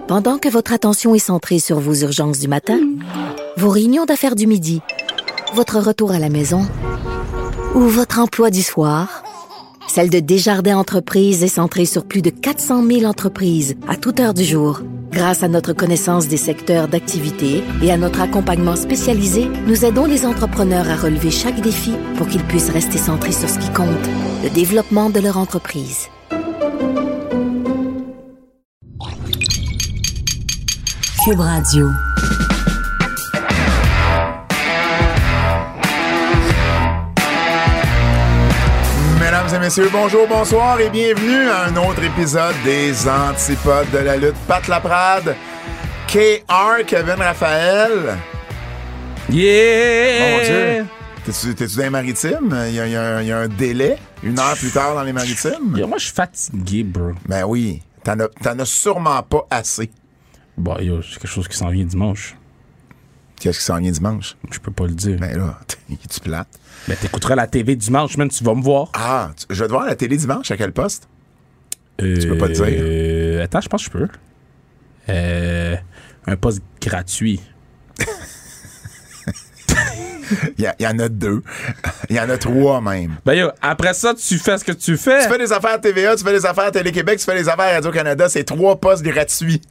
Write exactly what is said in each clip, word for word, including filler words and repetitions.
Pendant que votre attention est centrée sur vos urgences du matin, vos réunions d'affaires du midi, votre retour à la maison ou votre emploi du soir, celle de Desjardins Entreprises est centrée sur plus de quatre cent mille entreprises à toute heure du jour. Grâce à notre connaissance des secteurs d'activité et à notre accompagnement spécialisé, nous aidons les entrepreneurs à relever chaque défi pour qu'ils puissent rester centrés sur ce qui compte, le développement de leur entreprise. Cube Radio. Mesdames et messieurs, bonjour, bonsoir et bienvenue à un autre épisode des Antipodes de la lutte. Pat Laprade, K R, Kevin Raphaël. Yeah! Mon Dieu, t'es-tu, t'es-tu dans les maritimes? Il y, a, il, y a un, il y a un délai, une heure plus tard dans les maritimes? Yo, moi, je suis fatigué, bro. Ben oui, t'en as, t'en as sûrement pas assez. Bon, yo, c'est quelque chose qui s'en vient dimanche. Qu'est-ce qui s'en vient dimanche? Je peux pas le dire. Ben là, es-tu plate? Ben, t'écouteras la T V dimanche, man, tu vas me voir. Ah, tu, je vais te voir à la télé dimanche, à quel poste? Euh, tu peux pas te dire. Euh, attends, je pense que je peux. Euh, un poste gratuit. Il y, y en a deux. Il y en a trois même. Ben yo, après ça, tu fais ce que tu fais. Tu fais des affaires T V A, tu fais des affaires Télé-Québec, tu fais des affaires Radio-Canada. C'est trois postes gratuits.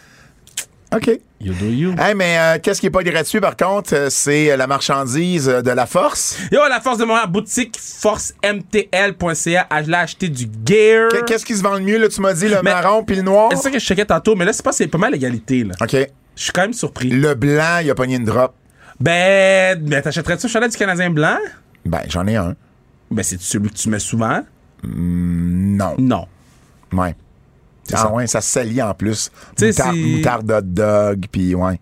OK. You do you. Hey, mais euh, qu'est-ce qui est pas gratuit, par contre? Euh, c'est la marchandise de la Force. Yo, la Force de Montréal, boutique force m t l point c a. Je l'ai acheté du gear. Qu- Qu'est-ce qui se vend le mieux, là? Tu m'as dit le Mais- marron puis le noir? C'est ça que je checkais tantôt, mais là, c'est pas, c'est pas mal l'égalité, là. OK. Je suis quand même surpris. Le blanc, il a pogné une drop. Ben, ben t'achèterais-tu un chalet du Canadien blanc? Ben, j'en ai un. Ben, c'est celui que tu mets souvent? Non. Non. Ouais. C'est Ah ça. ouais, ça se salit en plus. Tu sais, Moutarde, c'est- moutarde hot dog, puis ouais.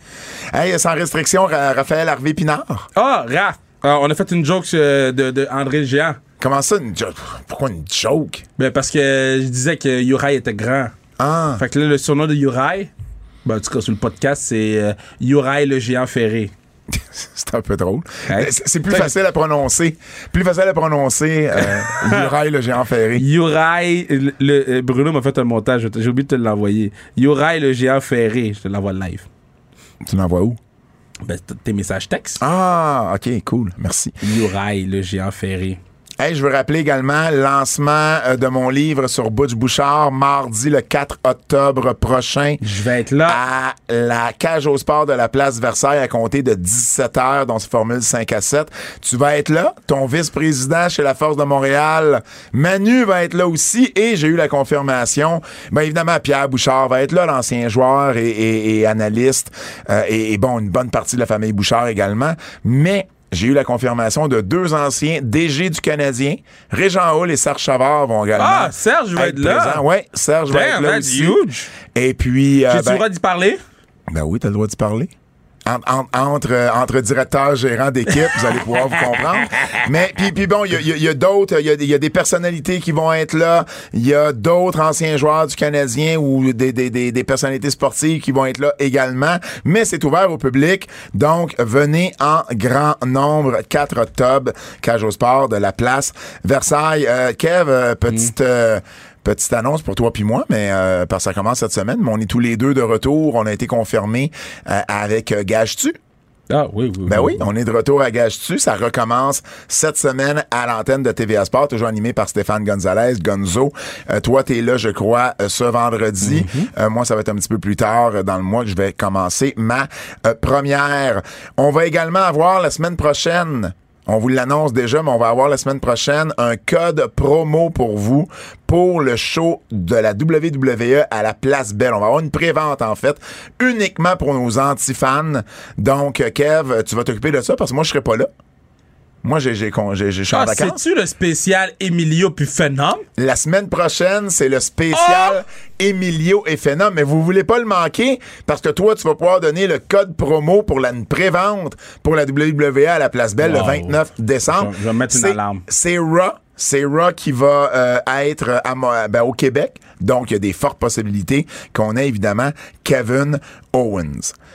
Hey, sans restriction, Ra- Raphaël Harvey-Pinard. Ah, Raph! Ah, on a fait une joke euh, de, de André le Géant. Comment ça, une joke? Pourquoi une joke? Ben, parce que je disais que Uri était grand. Ah, Fait que là, le surnom de Uri, ben, en tout cas, sur le podcast, c'est euh, Uri le Géant ferré. c'est un peu drôle. Hey. C'est c'est plus Fait- facile à prononcer. Plus facile à prononcer euh, Uri le géant ferré. Uri, le, le- Bruno m'a fait un montage, j'ai oublié de te l'envoyer. Uri le Géant ferré, je te l'envoie live. Tu l'envoies où? Ben, t- tes messages textes. Ah, OK, cool. Merci. Uri le Géant ferré. Hey, je veux rappeler également le lancement euh, de mon livre sur Butch Bouchard, mardi le quatre octobre prochain. Je vais être là. À la cage au sport de la place Versailles à compter de dix-sept heures, dans ce formule cinq à sept. Tu vas être là. Ton vice-président chez la Force de Montréal, Manu, va être là aussi. Et j'ai eu la confirmation. Bien évidemment, Pierre Bouchard va être là, l'ancien joueur et, et, et analyste. Euh, et, et bon, une bonne partie de la famille Bouchard également. Mais j'ai eu la confirmation de deux anciens D G du Canadien. Régent Hall et Serge Chavard vont également Ah, Serge va être là. Oui, Serge va être Damn, là that's aussi. huge. Et puis... euh, J'ai-tu ben- le droit d'y parler? ben oui, t'as le droit d'y parler. En- en- entre, euh, entre directeurs, gérants d'équipe, vous allez pouvoir vous comprendre. Mais puis puis bon, il y a, il y a- il y a d'autres, il y a, il y a des personnalités qui vont être là. Il y a d'autres anciens joueurs du Canadien ou des, des, des, des personnalités sportives qui vont être là également. Mais c'est ouvert au public. Donc, venez en grand nombre. quatre octobre, cage au sport de la place Versailles. Euh, Kev, euh, petite... euh, Petite annonce pour toi puis moi, mais euh, parce que ça commence cette semaine, mais on est tous les deux de retour. On a été confirmés euh, avec euh, Gage-tu. Ah oui, oui. Ben oui, on est de retour à Gage-tu. Ça recommence cette semaine à l'antenne de T V A Sport, toujours animé par Stéphane Gonzalez, Gonzo. Euh, toi, t'es là, je crois, euh, ce vendredi. Mm-hmm. Euh, moi, ça va être un petit peu plus tard euh, dans le mois que je vais commencer ma euh, première. On va également avoir la semaine prochaine... On vous l'annonce déjà, mais on va avoir la semaine prochaine un code promo pour vous pour le show de la W W E à la Place Belle. On va avoir une prévente, en fait, uniquement pour nos anti-fans. Donc, Kev, tu vas t'occuper de ça parce que moi, je serai pas là. Moi, j'ai, j'ai, j'ai, j'ai, je suis en Ah, vacances. c'est-tu le spécial Emilio puis Phenom? La semaine prochaine, c'est le spécial Emilio et Phenom, mais vous voulez pas le manquer parce que toi, tu vas pouvoir donner le code promo pour la une pré-vente pour la W W E à la Place Belle Wow. le vingt-neuf décembre. Je, je vais mettre une C'est- alarme. C'est Raw. C'est Raw qui va euh, être à, Mo- ben, au Québec. Donc, il y a des fortes possibilités qu'on ait évidemment Kevin Owens.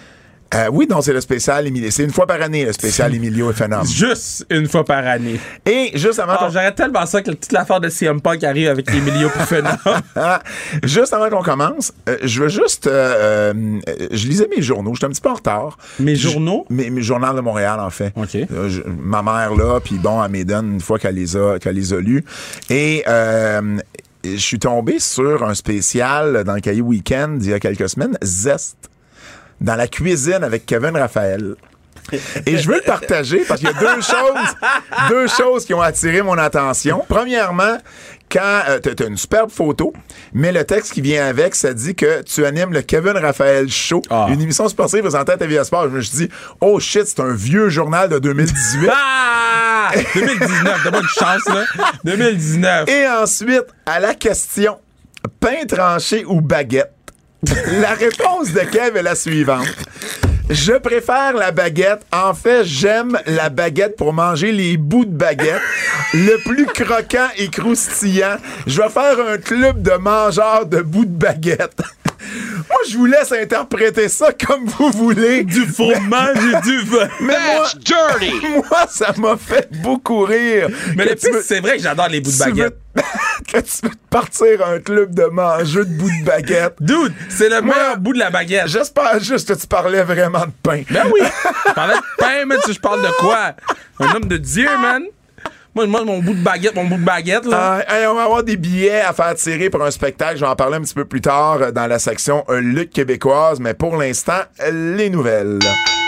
Euh, oui, non, c'est le spécial Emilio. C'est une fois par année, le spécial Emilio et Phenom. Juste une fois par année. Et juste avant... Oh, qu'on... J'aurais tellement ça que toute l'affaire de C M Punk arrive avec Emilio et Phenom. Juste avant qu'on commence, euh, je veux juste... Euh, euh, je lisais mes journaux. J'étais un petit peu en retard. Mes journaux? Je, mes, mes journaux de Montréal, en fait. OK. Euh, je, ma mère, là, puis bon, elle me donne une fois qu'elle les a, qu'elle les a lus. Et... Euh, je suis tombé sur un spécial dans le Cahier Week-end il y a quelques semaines, Zest, dans la cuisine avec Kevin Raphaël. Et je veux le partager parce qu'il y a deux choses, deux choses qui ont attiré mon attention. Premièrement, quand euh, t'as, t'as une superbe photo, mais le texte qui vient avec, ça dit que tu animes le Kevin Raphaël Show, ah. une émission sportive présentée à T V A Sport. Je me suis dit, oh shit, c'est un vieux journal de deux mille dix-huit. Ah! deux mille dix-neuf, t'as pas de chance, là. deux mille dix-neuf. Et ensuite, à la question, pain tranché ou baguette? La réponse de Kev est la suivante. Je préfère la baguette. En fait, j'aime la baguette pour manger les bouts de baguette. Le plus croquant et croustillant. Je vais faire un club de mangeurs de bouts de baguette. Moi, je vous laisse interpréter ça comme vous voulez. Du fromage et du vin. Mais moi, dirty. Moi, ça m'a fait beaucoup rire. Mais que le pire, veux... c'est vrai que j'adore les bouts de baguette. Veux... que tu veux partir un club de mangeux de bouts de baguette. Dude, c'est le moi, meilleur bout de la baguette. J'espère juste que tu parlais vraiment de pain. Ben oui. Je parlais de pain, man. Je parle de quoi? Un homme de Dieu, man. Moi, moi, mon bout de baguette, mon bout de baguette, là. Euh, hey, on va avoir des billets à faire tirer pour un spectacle. Je vais en parler un petit peu plus tard dans la section euh, Lutte québécoise. Mais pour l'instant, les nouvelles.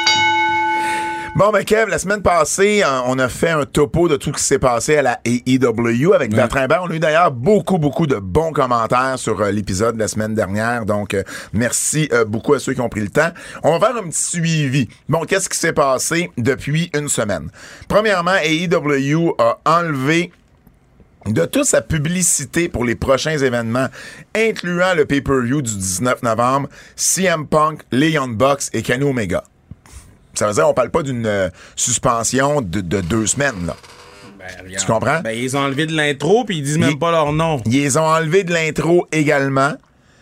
Bon, ben Kev, la semaine passée, on a fait un topo de tout ce qui s'est passé à la A E W avec ouais. Bertrand Hébert. On a eu d'ailleurs beaucoup, beaucoup de bons commentaires sur euh, l'épisode de la semaine dernière. Donc, euh, merci euh, beaucoup à ceux qui ont pris le temps. On va faire un petit suivi. Bon, qu'est-ce qui s'est passé depuis une semaine? Premièrement, A E W a enlevé de toute sa publicité pour les prochains événements, incluant le pay-per-view du dix-neuf novembre, C M Punk, les Young Bucks et Kenny Omega. Ça veut dire qu'on parle pas d'une euh, suspension de, de deux semaines, là. Ben, regarde. Tu comprends? Ben, ils ont enlevé de l'intro puis ils disent même ils, pas leur nom. Ils ont enlevé de l'intro également.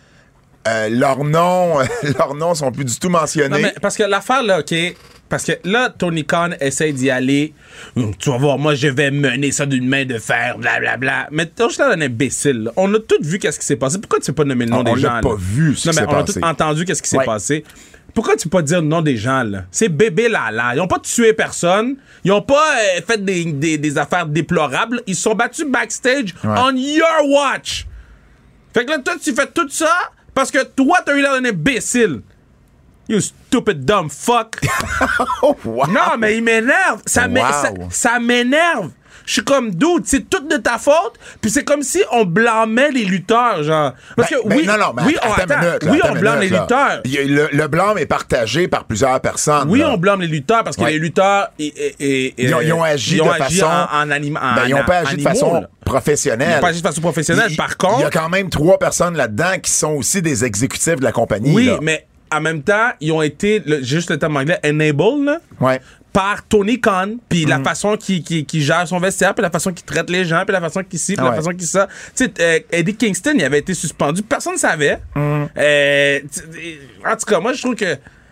Euh, leurs noms, leurs noms sont plus du tout mentionnés. Non, mais parce que l'affaire, là, OK... Parce que là, Tony Khan essaie d'y aller. Tu vas voir, moi, je vais mener ça d'une main de fer, blablabla. Bla, bla. Mais t'as juste l'air d'un imbécile. Là. On a tous vu qu'est-ce qui s'est passé. Pourquoi tu ne peux pas nommer le nom on, des on gens? On l'a pas là? vu ce non, qui mais s'est on passé. On a tous entendu qu'est-ce qui s'est ouais. passé. Pourquoi tu peux pas dire le nom des gens, là? C'est bébé là, là. Ils ont pas tué personne. Ils ont pas euh, fait des, des, des affaires déplorables. Ils se sont battus backstage ouais. on your watch. Fait que là, toi, tu fais tout ça parce que toi, t'as eu l'air d'un imbécile. You stupid dumb fuck. Oh, wow. Non, mais il m'énerve. Ça, wow. m'é- ça, ça m'énerve. Je suis comme, dude, c'est tout de ta faute. Puis c'est comme si on blâmait les lutteurs, genre. Parce ben, que ben, oui, non, non, mais oui, attends, on, attends attends, minute, là, oui, attends on blâme minute, les là. lutteurs. Il y a, le, le blâme est partagé par plusieurs personnes. Oui, là. on blâme les lutteurs parce que ouais. les lutteurs, et, et, et, ils, ont, ils ont agi ils ont de agi façon. en, en anima, ben, ils n'ont pas agi animaux, de façon là. professionnelle. Ils n'ont pas agi de façon professionnelle. Il, par contre. Il y a quand même trois personnes là-dedans qui sont aussi des exécutifs de la compagnie. Oui, là. mais en même temps, ils ont été, le, juste le terme anglais, enabled, là. Ouais. Par Tony Khan, puis mm-hmm. la façon qu'il qui, qui gère son vestiaire, puis la façon qu'il traite les gens, puis la façon qu'il ci, puis ah ouais. la façon qu'il ça. Tu sais, euh, Eddie Kingston, il avait été suspendu, personne ne savait. Mm-hmm. Euh, en tout cas, moi, je trouve que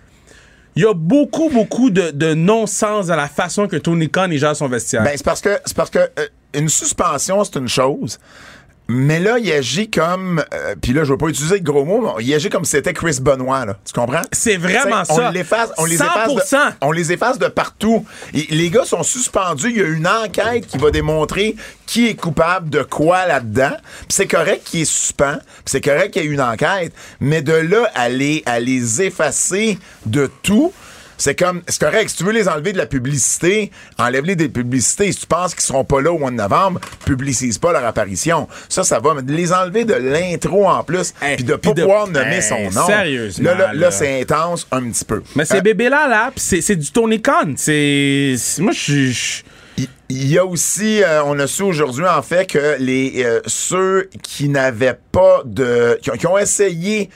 il y a beaucoup, beaucoup de, de non-sens dans la façon que Tony Khan il gère son vestiaire. Ben, c'est parce que, c'est parce que euh, une suspension, c'est une chose. Mais là, il agit comme... Euh, puis là, je veux pas utiliser de gros mots, mais il agit comme si c'était Chris Benoit, là. Tu comprends? C'est vraiment T'sais, ça. On l'efface, on les cent efface pour cent. de, on les efface de partout. Et les gars sont suspendus. Il y a une enquête qui va démontrer qui est coupable de quoi là-dedans. Puis c'est correct qu'il est suspens. Puis c'est correct qu'il y ait une enquête. Mais de là à les, à les effacer de tout... C'est comme, c'est correct, si tu veux les enlever de la publicité, enlève-les des publicités. Si tu penses qu'ils seront pas là au mois de novembre, publicise pas leur apparition. Ça, ça va. Mais de les enlever de l'intro en plus, puis hey, de pas pouvoir de, nommer hey, son nom. Sérieusement. Là, là, là, c'est intense un petit peu. Mais c'est euh, bébé là, là, pis c'est, c'est du Tony Khan. C'est, c'est moi, je suis... Il y a aussi, euh, on a su aujourd'hui, en fait, que les euh, ceux qui n'avaient pas de... Qui ont, qui ont essayé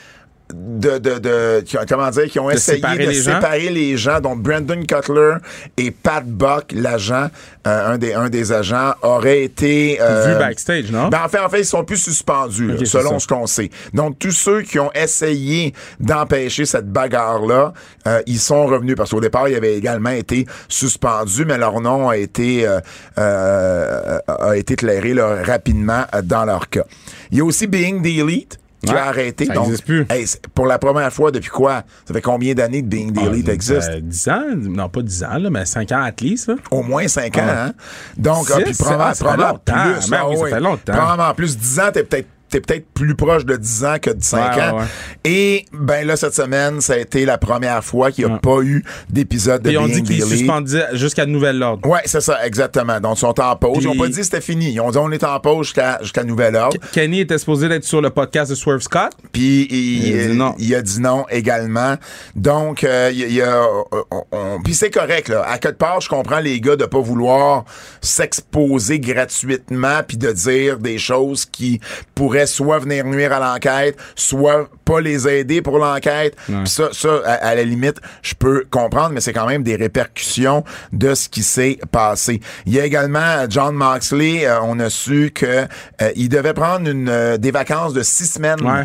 de, de, de qui ont, comment dire, qui ont de essayé séparer de les séparer gens. les gens, dont Brandon Cutler et Pat Buck, l'agent, euh, un des un des agents, auraient été euh, vu backstage, non? Ben en fait, en fait, ils sont plus suspendus, okay, là, selon ce qu'on sait. Donc tous ceux qui ont essayé d'empêcher cette bagarre-là, euh, ils sont revenus parce qu'au départ, ils avaient également été suspendus, mais leur nom a été euh, euh, a été éclairé là, rapidement euh, dans leur cas. Il y a aussi Being the Elite qui ouais, a arrêté. Ça donc, existe plus. Hey, pour la première fois, depuis quoi? Ça fait combien d'années que Being the Ah, Elite existe? Euh, dix ans? Non, pas dix ans, là, mais cinq ans at least. Là. Au moins cinq ans, ah. hein? Donc, Six, ah, puis probablement, ça fait probablement longtemps. plus. Ben ah, oui, ça oui. fait longtemps. Probablement plus. dix ans, t'es peut-être t'es peut-être plus proche de dix ans que de cinq ouais, ans. Ouais, ouais. Et, ben là, cette semaine, ça a été la première fois qu'il n'y a ouais. pas eu d'épisode de Being the Elite. Being the Elite. Ils ont dit qu'ils suspendaient jusqu'à nouvel ordre. Ouais, c'est ça, exactement. Donc, ils sont en pause. Puis, ils n'ont pas dit que c'était fini. Ils ont dit on est en pause jusqu'à, jusqu'à nouvel ordre. K- Kenny était supposé être sur le podcast de Swerve Scott. Puis, il, il, a dit non. il a dit non également. Donc, euh, il y a... On, on, puis c'est correct, là. À quelque part, je comprends les gars de pas vouloir s'exposer gratuitement puis de dire des choses qui pourraient soit venir nuire à l'enquête, soit pas les aider pour l'enquête. Ouais. Pis ça, ça à, à la limite, je peux comprendre, mais c'est quand même des répercussions de ce qui s'est passé. Il y a également John Moxley, euh, on a su que euh, il devait prendre une euh, des vacances de six semaines. Ouais.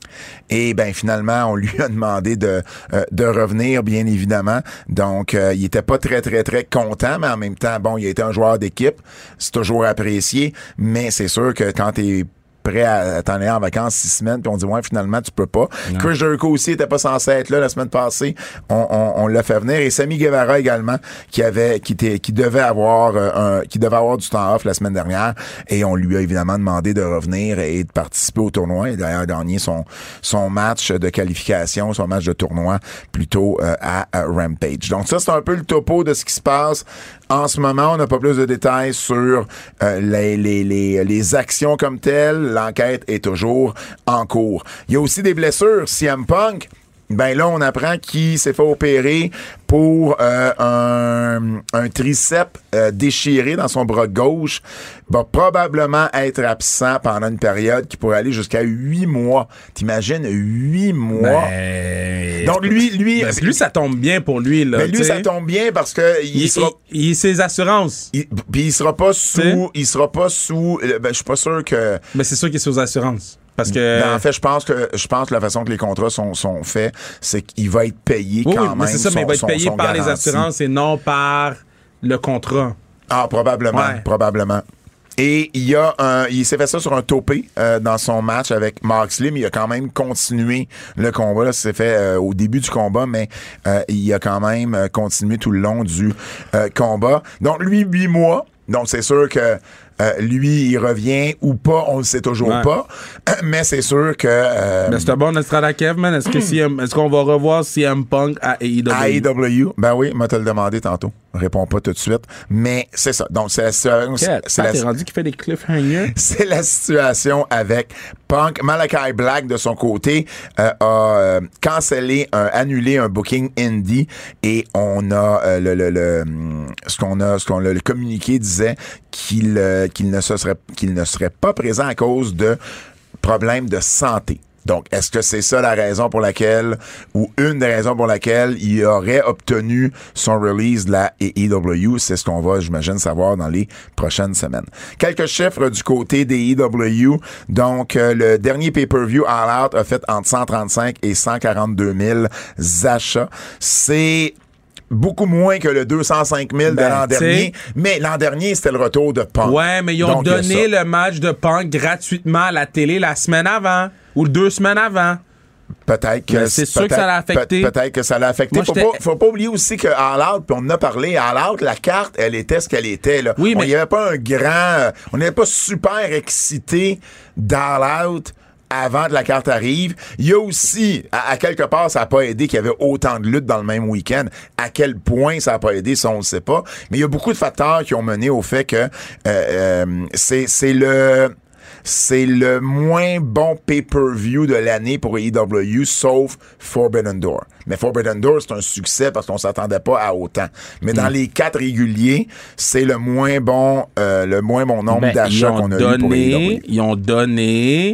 Et ben finalement, on lui a demandé de euh, de revenir, bien évidemment. Donc, euh, il était pas très, très, très content, mais en même temps, bon, il a été un joueur d'équipe. C'est toujours apprécié, mais c'est sûr que quand t'es prêt à t'en aller en vacances six semaines, puis on dit ouais, finalement tu peux pas. Non. Chris Jericho aussi était pas censé être là la semaine passée. On, on, on l'a fait venir, et Sammy Guevara également, qui avait qui était qui devait avoir euh, un qui devait avoir du temps off la semaine dernière, et on lui a évidemment demandé de revenir et de participer au tournoi, et d'ailleurs gagner son son match de qualification, son match de tournoi plutôt euh, à, à Rampage. Donc ça, c'est un peu le topo de ce qui se passe en ce moment. On n'a pas plus de détails sur euh, les, les les les actions comme telles. L'enquête est toujours en cours. Il y a aussi des blessures. C M Punk, ben là, on apprend qu'il s'est fait opérer pour euh, un, un triceps euh, déchiré dans son bras gauche. Va probablement être absent pendant une période qui pourrait aller jusqu'à huit mois. T'imagines, huit mois? Ben... Donc lui, lui, ben, lui, ça tombe bien pour lui. Là, ben lui, t'sais. ça tombe bien parce que il, il sera... Il, il, ses assurances. Il, puis il sera pas sous... T'sais? Il sera pas sous... Ben, je suis pas sûr que... Mais c'est sûr qu'il est sous assurance. Parce que... Ben, en fait, je pense que je pense que la façon que les contrats sont, sont faits, c'est qu'il va être payé oui, quand oui, même. Mais c'est ça, son, mais il va être son, payé son par garantie. les assurances et non par le contrat. Ah, probablement, ouais. probablement. Et il y a un, il s'est fait ça sur un topé euh, dans son match avec Moxley, mais il a quand même continué le combat. Là, ça s'est fait euh, au début du combat, mais euh, il a quand même euh, continué tout le long du euh, combat. Donc lui, huit mois. Donc c'est sûr que euh, lui, il revient ou pas, on le sait toujours ouais. pas. Mais c'est sûr que... Euh, mais c'est un bon Estrada Kev, man. Est-ce, que C M, est-ce qu'on va revoir C M Punk à A E W? À A E W? Ben oui, moi te le demandé tantôt. Réponds pas tout de suite. Mais c'est ça. Donc, c'est la situation. C'est, c'est la, t'es rendu qu'il fait des cliffhangers? C'est la situation avec Punk. Malachi Black, de son côté, euh, a euh, cancellé, un, annulé un booking indie, et on a euh, le, le, le ce qu'on a, ce qu'on a, le communiqué disait qu'il euh, qu'il ne se serait qu'il ne serait pas présent à cause de problèmes de santé. Donc, est-ce que c'est ça la raison pour laquelle, ou une des raisons pour laquelle il aurait obtenu son release de la A E W? C'est ce qu'on va, j'imagine, savoir dans les prochaines semaines. Quelques chiffres du côté des A E W. Donc, euh, le dernier pay-per-view All Out a fait entre cent trente-cinq et cent quarante-deux mille achats. C'est beaucoup moins que le deux cent cinq mille ben, de l'an dernier. Mais l'an dernier, c'était le retour de Punk. Ouais, mais ils ont Donc, donné le match de Punk gratuitement à la télé la semaine avant. Ou deux semaines avant. Peut-être que... Mais c'est sûr que ça l'a affecté. Peut- peut-être que ça l'a affecté. Moi, faut, pas, faut pas oublier aussi que All Out, puis on en a parlé, All Out, la carte, elle était ce qu'elle était. Là. Oui, mais... Il n'y avait pas un grand... On n'était pas super excité d'All Out avant que la carte arrive. Il y a aussi, à, à quelque part, ça n'a pas aidé qu'il y avait autant de luttes dans le même week-end. À quel point ça n'a pas aidé, ça, on ne sait pas. Mais il y a beaucoup de facteurs qui ont mené au fait que euh, euh, c'est, c'est le... C'est le moins bon pay-per-view de l'année pour A E W, sauf Forbidden Door. Mais Forbidden Door, c'est un succès parce qu'on s'attendait pas à autant. Mais dans mm. les quatre réguliers, c'est le moins bon, euh, le moins bon nombre ben, d'achat qu'on a donné, eu pour A E W. Ils ont donné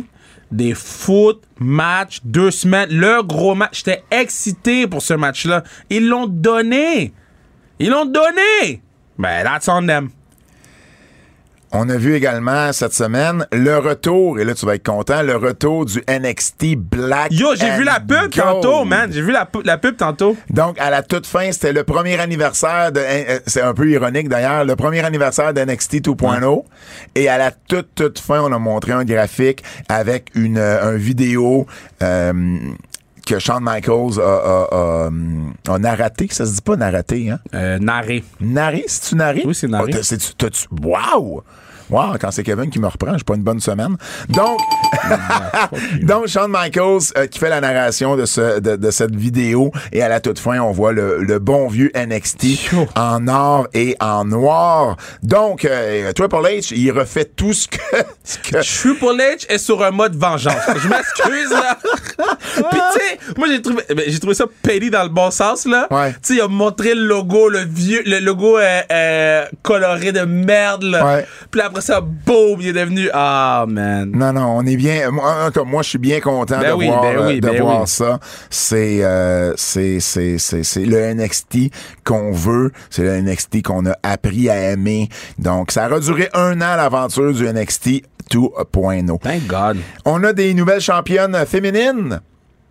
des foot matchs, deux semaines, le gros match. J'étais excité pour ce match-là. Ils l'ont donné. Ils l'ont donné. Ben, that's on them. On a vu également cette semaine le retour, et là tu vas être content, le retour du N X T Black. Yo, j'ai and vu la pub Gold. tantôt, man. J'ai vu la, la pub tantôt. Donc, à la toute fin, c'était le premier anniversaire de... C'est un peu ironique d'ailleurs, le premier anniversaire de N X T deux point oh. Ouais. Et à la toute, toute fin, on a montré un graphique avec une un vidéo... Euh, que Shawn Michaels a, a, a, a narraté. Ça se dit pas narraté, hein? Euh, narré. Narré? C'est-tu narré? Oui, c'est narré. Oh, t'as, c'est, t'as, wow! Wow, quand c'est Kevin qui me reprend, j'ai pas une bonne semaine. Donc, donc Shawn Michaels euh, qui fait la narration de, ce, de, de cette vidéo et à la toute fin, on voit le, le bon vieux N X T en or et en noir. Donc, euh, Triple H, il refait tout ce que... Ce que... Triple H est sur un mode vengeance. Je m'excuse, là. Puis, tu sais, moi, j'ai trouvé, j'ai trouvé ça petty dans le bon sens, là. Ouais. Tu sais, il a montré le logo, le vieux, le logo euh, euh, coloré de merde, là. Ouais. Puis après ça, boum, il est devenu... Ah, oh, man. Non, non, on est bien... Moi, comme moi, je suis bien content ben de oui, voir, ben oui, euh, de ben voir oui. ça. C'est, euh, c'est, c'est, c'est, c'est le N X T qu'on veut. C'est le N X T qu'on a appris à aimer. Donc, ça aura duré un an, l'aventure du N X T deux point oh. Thank God. On a des nouvelles championnes féminines.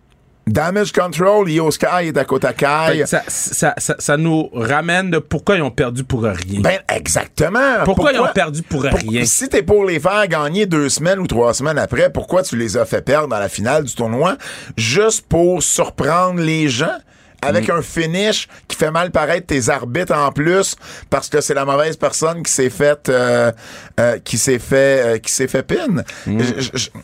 Damage Control, Io Sky est à Kota Kai. Ça, ça, ça, ça nous ramène de pourquoi ils ont perdu pour rien. Ben, exactement. Pourquoi, pourquoi ils ont perdu pour, pour rien? Si t'es pour les faire gagner deux semaines ou trois semaines après, pourquoi tu les as fait perdre dans la finale du tournoi? Juste pour surprendre les gens? Avec mm. un finish qui fait mal paraître tes arbitres en plus parce que c'est la mauvaise personne qui s'est fait euh, euh, qui s'est fait euh, qui s'est fait pin. Mm. Je, je, je,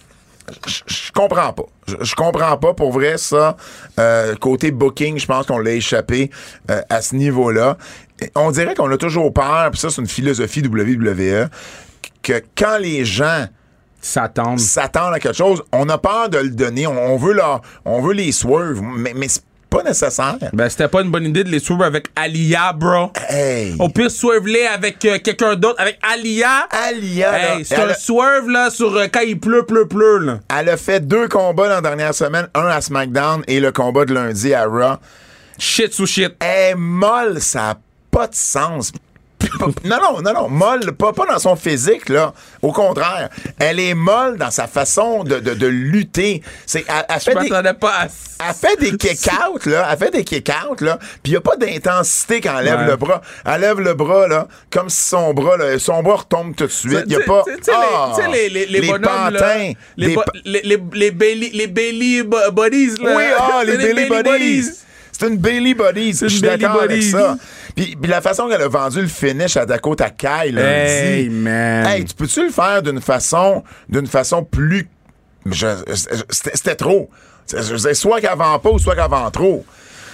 Je comprends pas. Je comprends pas pour vrai ça. Euh, côté booking, je pense qu'on l'a échappé euh, à ce niveau-là. On dirait qu'on a toujours peur, puis ça c'est une philosophie W W E, que quand les gens s'attendent s'attendent à quelque chose, on a peur de le donner. On, on veut leur, on veut les swerve, mais, mais c'est pas nécessaire. Ben, c'était pas une bonne idée de les swerve avec Aliyah, bro. Hey. On peut swerve-les avec euh, quelqu'un d'autre. Avec Aliyah. Aliyah, hey, là, c'est un a... swerve, là, sur euh, quand il pleut, pleut, pleut, là. Elle a fait deux combats dans la dernière semaine, un à SmackDown et le combat de lundi à Raw. Shit sous shit. Elle est molle, ça a pas de sens. Non, non, non, non, molle, pas, pas dans son physique, là. Au contraire, elle est molle dans sa façon de, de, de lutter. C'est, elle, elle, fait des, pas à... elle fait des kick-out, là. Elle fait des kick-out, là. Puis il n'y a pas d'intensité quand elle lève ouais. le bras. Elle lève le bras, là, comme si son bras, là, son bras retombe tout de suite. Il n'y a pas. Tu sais, ah, les, les, les, les bonhommes, pantins. Là, les, les, bo- les, les, les, Bailey, les Bailey Buddies, là. Oui, ah, les, les Bailey Buddies. buddies. C'est une Bailey Buddies. Je suis d'accord avec ça. Puis, puis la façon qu'elle a vendu le finish à Dakota Kai, là, hey, dit, man. Hey, tu peux-tu le faire d'une façon, d'une façon plus... Je, c'était, c'était trop. Je disais, soit qu'elle vend pas ou soit qu'elle vend trop.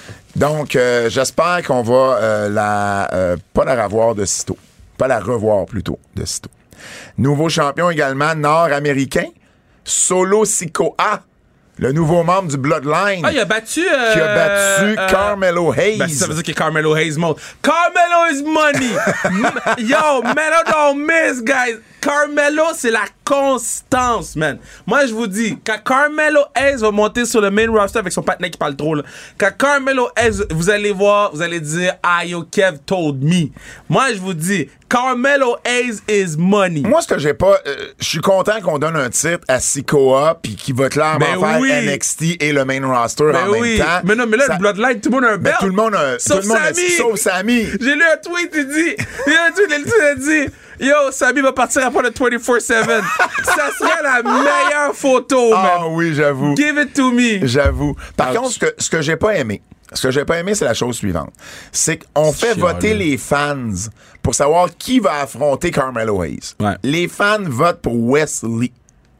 Donc, euh, j'espère qu'on va euh, la... Euh, pas la revoir de sitôt. Pas la revoir, plutôt, de sitôt. Nouveau champion également nord-américain, Solo Sikoa. Le nouveau membre du Bloodline. Ah, il a battu... Euh, qui a battu euh, Carmelo Hayes. Ben, ça veut dire que Carmelo Hayes monte. Carmelo is money! Yo, Melo don't miss, guys! Carmelo, c'est la constance, man. Moi, je vous dis, quand Carmelo Hayes va monter sur le main roster avec son partenaire qui parle trop, là, quand Carmelo Hayes, vous allez voir, vous allez dire, ah, yo, Kev told me. Moi, je vous dis, Carmelo Hayes is money. Moi, ce que j'ai pas... Euh, je suis content qu'on donne un titre à Sikoa puis qui va clairement ben faire oui. N X T et le main roster ben en oui. même temps. Mais non, mais là, ça... le Bloodline, tout le monde a un belt. Ben, tout le monde a... Sauf tout le monde Sami. A... Sauf Sami. J'ai lu un tweet, il dit... Il y a un tweet, il a dit... Yo, Sami va partir après le vingt-quatre sept. Ça serait la meilleure photo, man. Ah oui, j'avoue. Give it to me. J'avoue. Par Ouch. contre, ce que, ce que j'ai pas aimé, ce que j'ai pas aimé, c'est la chose suivante. C'est qu'on fait Chiant, voter là. les fans pour savoir qui va affronter Carmelo Hayes. Ouais. Les fans votent pour Wesley.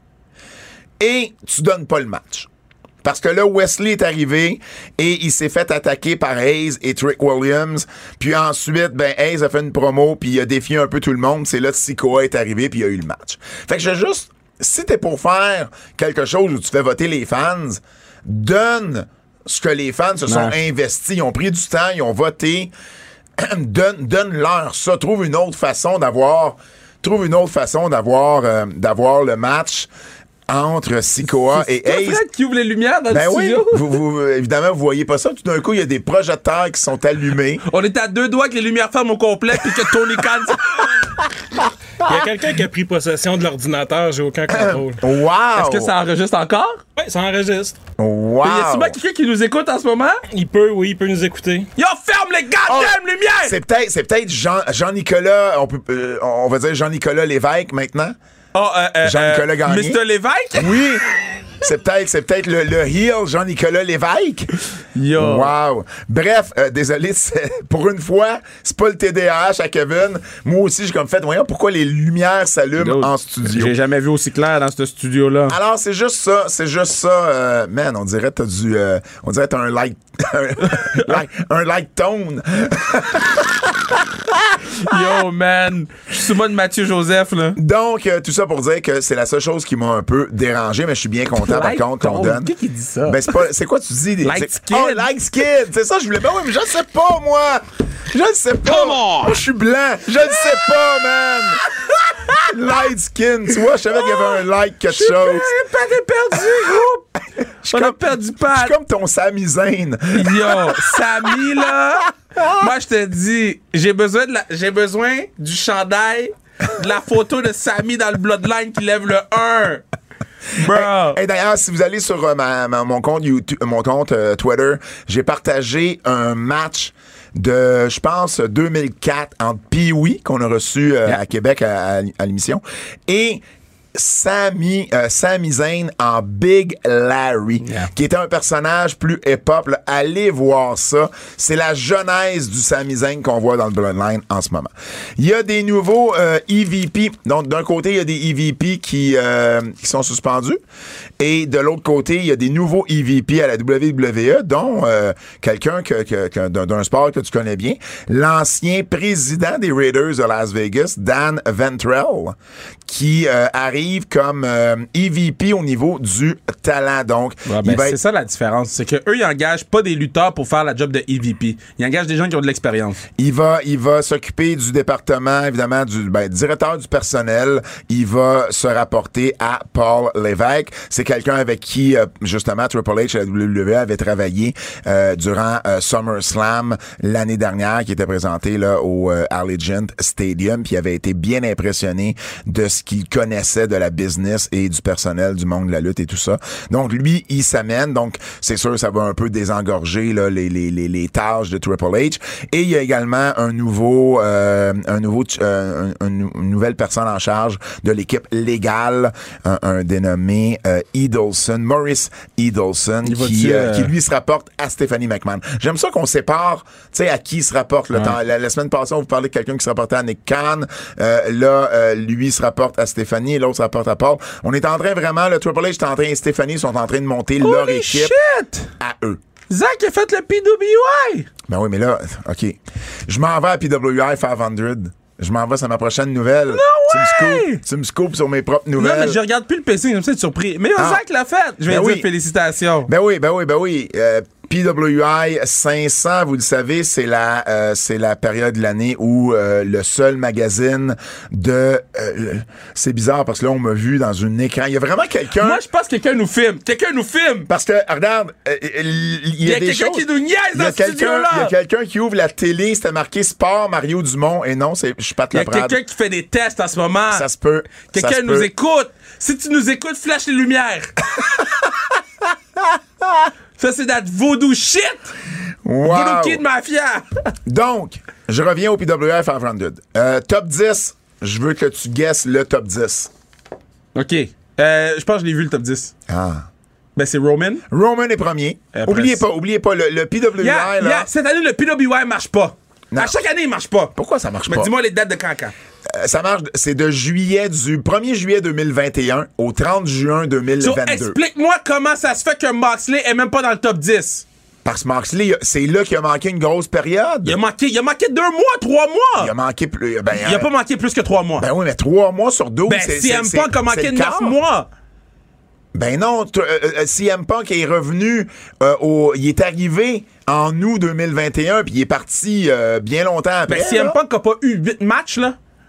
Et tu donnes pas le match. Parce que là, Wesley est arrivé et il s'est fait attaquer par Hayes et Trick Williams. Puis ensuite, ben Hayes a fait une promo puis il a défié un peu tout le monde. C'est là que Sikoa est arrivé puis il y a eu le match. Fait que j'ai juste... Si t'es pour faire quelque chose où tu fais voter les fans, donne ce que les fans se sont ouais. investis. Ils ont pris du temps, ils ont voté. donne, donne-leur ça. Trouve une autre façon d'avoir... Trouve une autre façon d'avoir, euh, d'avoir le match... entre Sikoa et C'est Ace. Fred qui ouvre les lumières dans Ben le oui, studio. vous, vous, évidemment, vous voyez pas ça. Tout d'un coup, il y a des projecteurs qui sont allumés. On est à deux doigts que les lumières ferment au complet puis que Tony Khan... Il y a quelqu'un qui a pris possession de l'ordinateur, j'ai aucun contrôle. Wow! Est-ce que ça enregistre encore? Ouais, ça enregistre. Wow! Y a sûrement quelqu'un qui nous écoute en ce moment? Il peut, oui, il peut nous écouter. Yo, ferme les goddamn Oh, lumières! C'est peut-être, c'est peut-être Jean, Jean-Nicolas, on peut, euh, on va dire Jean-Nicolas Lévesque maintenant. Oh, euh, euh, Jean-Nicolas euh, Gagné. mister Lévesque? Oui! C'est peut-être, c'est peut-être le, le heel Jean-Nicolas Lévesque. Yo. Wow. Bref, euh, désolé, c'est- pour une fois, c'est pas le T D A H à Kevin. Moi aussi, j'ai comme fait, voyons pourquoi les lumières s'allument Dude, en studio. J'ai jamais vu aussi clair dans ce studio-là. Alors, c'est juste ça, c'est juste ça. Euh, man, on dirait que t'as du... euh, on dirait que t'as un light... un, light un light tone. Yo, man. Je suis sous mode Mathieu Joseph, là. Donc, euh, tout ça pour dire que c'est la seule chose qui m'a un peu dérangé, mais je suis bien content, par Light contre, qu'on tone. donne. Qui qui dit ça? Ben, c'est pas... C'est quoi tu dis? des- Light c'est- skin. Oh, light skin! C'est ça, je voulais... Ben oui, mais je le sais pas, moi! Je le sais pas! Moi, je suis blanc! Je le sais pas, man! Light skin! Tu vois, je savais qu'il y avait un light quelque chose. Pat est perdu, groupe! Je On suis a comme- perdu Je Pat. suis comme ton Sami Zayn. Yo, Samy, là, moi, je te dis, j'ai besoin, de la, j'ai besoin du chandail, de la photo de Samy dans le Bloodline qui lève le un. Bro. Et d'ailleurs, si vous allez sur euh, ma- ma- mon compte YouTube, euh, mon compte euh, Twitter, j'ai partagé un match de, je pense, deux mille quatre entre Pee-Wee, qu'on a reçu euh, Yeah. à Québec à, à- à l'émission, et Sami, euh, Sami Zayn en Big Larry, Yeah. qui était un personnage plus hip-hop. Là. Allez voir ça. C'est la genèse du Sami Zayn qu'on voit dans le Bloodline en ce moment. Il y a des nouveaux euh, E V P. Donc, d'un côté, il y a des E V P qui, euh, qui sont suspendus. Et de l'autre côté, il y a des nouveaux E V P à la W W E, dont euh, quelqu'un que, que, que- d'un, d'un sport que tu connais bien, l'ancien président des Raiders de Las Vegas, Dan Ventrell, qui euh, arrive comme euh, E V P au niveau du talent. Donc, Ouais, il ben, va c'est être... ça la différence. C'est que eux, ils engagent pas des lutteurs pour faire la job de E V P. Ils engagent des gens qui ont de l'expérience. Il va, il va s'occuper du département, évidemment, du ben, directeur du personnel. Il va se rapporter à Paul Lévesque. C'est quelqu'un avec qui, euh, justement, Triple H et la W W E avaient travaillé euh, durant euh, SummerSlam l'année dernière, qui était présenté là au euh, Allegiant Stadium, puis il avait été bien impressionné de ce qu'il connaissait de la business et du personnel du monde de la lutte et tout ça. Donc, lui, il s'amène. Donc, c'est sûr, ça va un peu désengorger là, les, les, les, les tâches de Triple H. Et il y a également un nouveau, euh, un nouveau, euh, un- un- une nouvelle personne en charge de l'équipe légale, un, un dénommé euh, Edelson, Maurice Edelson, Il va-tu, qui, euh, euh, qui lui se rapporte à Stephanie McMahon. J'aime ça qu'on sépare, tu sais, à qui il se rapporte. Le Ouais. temps, la, la semaine passée, on vous parlait de quelqu'un qui se rapportait à Nick Khan. Euh, là, euh, lui se rapporte à Stéphanie et l'autre se rapporte à Paul. On est en train vraiment, le Triple H est en train et Stéphanie sont en train de monter leur Holy équipe shit! à eux. Zach a fait le P W I! Ben oui, mais là, OK. Je m'en vais à P W I cinq cents. Je m'en vais, c'est ma prochaine nouvelle. No tu me way! scoopes, tu me scoopes sur mes propres nouvelles. Non, mais je regarde plus le P C, comme ça, être surpris. Mais yo, Ah. Zach l'a fait! Je vais Ben dire oui. félicitations. Ben oui, ben oui, ben oui. Euh, P W I cinq cents, vous le savez, c'est la euh, c'est la période de l'année où euh, le seul magazine de euh, c'est bizarre parce que là on m'a vu dans un écran. Il y a vraiment quelqu'un Moi, je pense que quelqu'un nous filme. Quelqu'un nous filme! parce que regarde, euh, il y, Il y a a des quelqu'un choses. qui nous niaise Il y dans a ce quelqu'un, il y a studio-là! quelqu'un qui ouvre la télé, c'était marqué Sport Mario Dumont et non, c'est je patte Il y la a Prade. quelqu'un qui fait des tests en ce moment. Ça se peut. Ça Quelqu'un se nous peut. écoute. Si tu nous écoutes, flash les lumières. Ça, c'est that voodoo shit. Wow. Voodoo Kid Mafia. Donc, je reviens au P W I cinq cents. Euh, top dix, je veux que tu guesses le top dix. OK. Euh, je pense que je l'ai vu, le top dix. Ah. Ben, c'est Roman. Roman est premier. Après, oubliez c'est- pas, oubliez pas, le, le P W I, Yeah, là. yeah. Cette année, le P W I marche pas. Non. À chaque année, il marche pas. Pourquoi ça marche Mais pas? dis-moi les dates de quand, quand. Euh, ça marche, c'est de juillet, du premier juillet deux mille vingt et un au trente juin deux mille So, vingt-deux. explique-moi comment ça se fait que Moxley est même pas dans le top dix. Parce que Moxley, c'est là qu'il a manqué une grosse période. Il a manqué, il a manqué deux mois, trois mois. Il a manqué plus. Ben, Il a euh, pas manqué plus que trois mois. ben oui, mais trois mois sur douze, Ben, c'est. C M c'est- Punk a c'est- manqué c'est le neuf quart. mois. Ben non, t- euh, euh, C M Punk est revenu euh, au. Il est arrivé en août deux mille vingt et un, puis il est parti euh, bien longtemps après. Ben, C M là. Punk a pas eu huit matchs, là.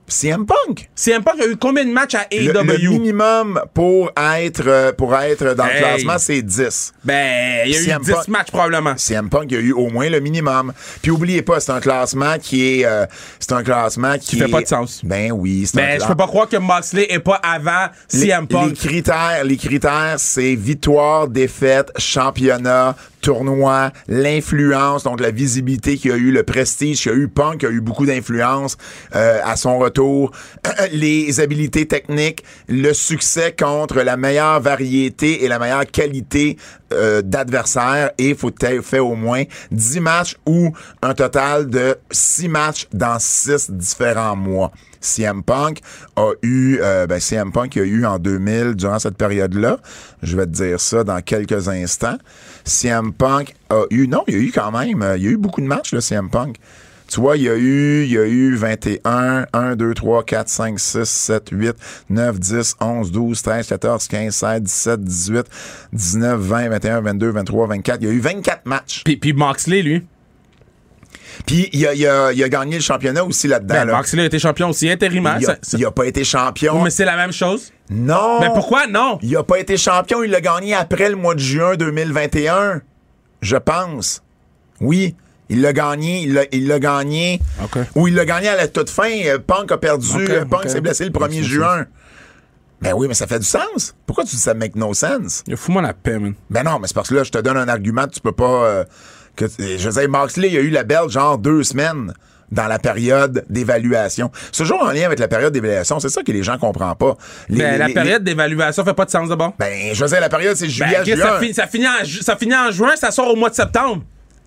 C M Punk. C M Punk a eu combien de matchs à A E W? Le, le minimum pour être, euh, pour être dans hey. le classement, c'est dix. Ben, il y a C M eu dix Punk, matchs probablement. C M Punk, il y a eu au moins le minimum. Puis oubliez pas, c'est un classement qui est... Euh, c'est un classement qui, qui fait est, pas de sens. Ben oui, c'est ben, un je peux pas croire que Moxley est pas avant C M Punk. Les critères, les critères, c'est victoire, défaite, championnat, tournoi, l'influence, donc la visibilité qu'il y a eu, le prestige qu'il y a eu. Punk a eu beaucoup d'influence euh, à son retour, les habiletés techniques, le succès contre la meilleure variété et la meilleure qualité euh, d'adversaires, et il faut être fait au moins dix matchs ou un total de six matchs dans six différents mois. C M Punk a eu, euh, ben C M Punk a eu en deux mille, durant cette période-là, je vais te dire ça dans quelques instants, C M Punk a eu, non, il y a eu quand même, il y a eu beaucoup de matchs, là, C M Punk. Tu vois, il y a eu, il y a eu vingt et un, un, deux, trois, quatre, cinq, six, sept, huit, neuf, dix, onze, douze, treize, quatorze, quinze, seize, dix-sept, dix-huit, dix-neuf, vingt, vingt et un, vingt-deux, vingt-trois, vingt-quatre. Il y a eu vingt-quatre matchs. Puis, puis Moxley, lui. Puis il a, il, a, il a gagné le championnat aussi là-dedans. Ben, là. Moxley a été champion aussi intérimaire. Il a, ça, il a pas été champion. Mais c'est la même chose. Non. Mais pourquoi non? Il a pas été champion. Il l'a gagné après le mois de juin deux mille vingt et un. Je pense. Oui. Il l'a gagné. Il l'a, il l'a gagné. Okay. Ou il l'a gagné à la toute fin. Punk a perdu. Okay, Punk okay. s'est blessé le premier juin. Ben oui, mais ça fait du sens. Pourquoi tu dis ça make no sense? Fous-moi la paix, man. Ben non, mais c'est parce que là, je te donne un argument, tu peux pas... Euh, que, je veux dire, Moxley, il a eu la belle genre deux semaines dans la période d'évaluation. C'est toujours en lien avec la période d'évaluation. C'est ça que les gens comprennent pas. Les, ben, les, la les, période les... d'évaluation fait pas de sens de bon. Ben, je veux dire, la période, c'est juillet à ben, juin. Ça, fi- ça, finit en ju- ça finit en juin, ça sort au mois de septembre.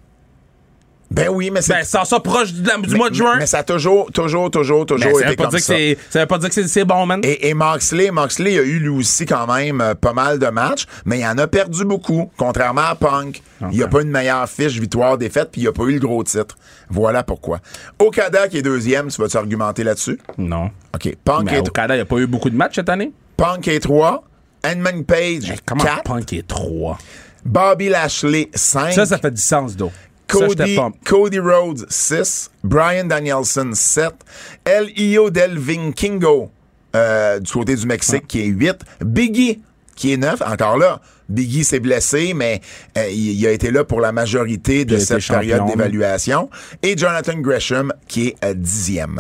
Ben oui, mais c'est... Ben, ça sort proche du, du mais, mois de juin. Mais ça a toujours, toujours, toujours, toujours ben, été comme dire ça. Que c'est, ça veut pas dire que c'est, c'est bon, man. Et, et Moxley, Moxley a eu lui aussi quand même euh, pas mal de matchs, mais il en a perdu beaucoup, contrairement à Punk. Okay. Il n'y a pas une meilleure fiche victoire-défaite, puis il n'y a pas eu le gros titre. Voilà pourquoi. Okada qui est deuxième, tu vas-tu argumenter là-dessus? Non. OK. Punk mais est... Okada, il n'y a pas eu beaucoup de matchs cette année? Punk est trois. Edmund Page, hey, comment quatre. Punk est trois? Bobby Lashley, cinq. Ça, ça fait du sens, d'eau. Cody, Cody Rhodes, six. Brian Danielson, sept. El Hijo del Vikingo, euh, du côté du Mexique, ah. qui est huit. Biggie, qui est neuf. Encore là, Biggie s'est blessé, mais euh, il, il a été là pour la majorité de cette période champion. d'évaluation. Et Jonathan Gresham, qui est euh, dixième.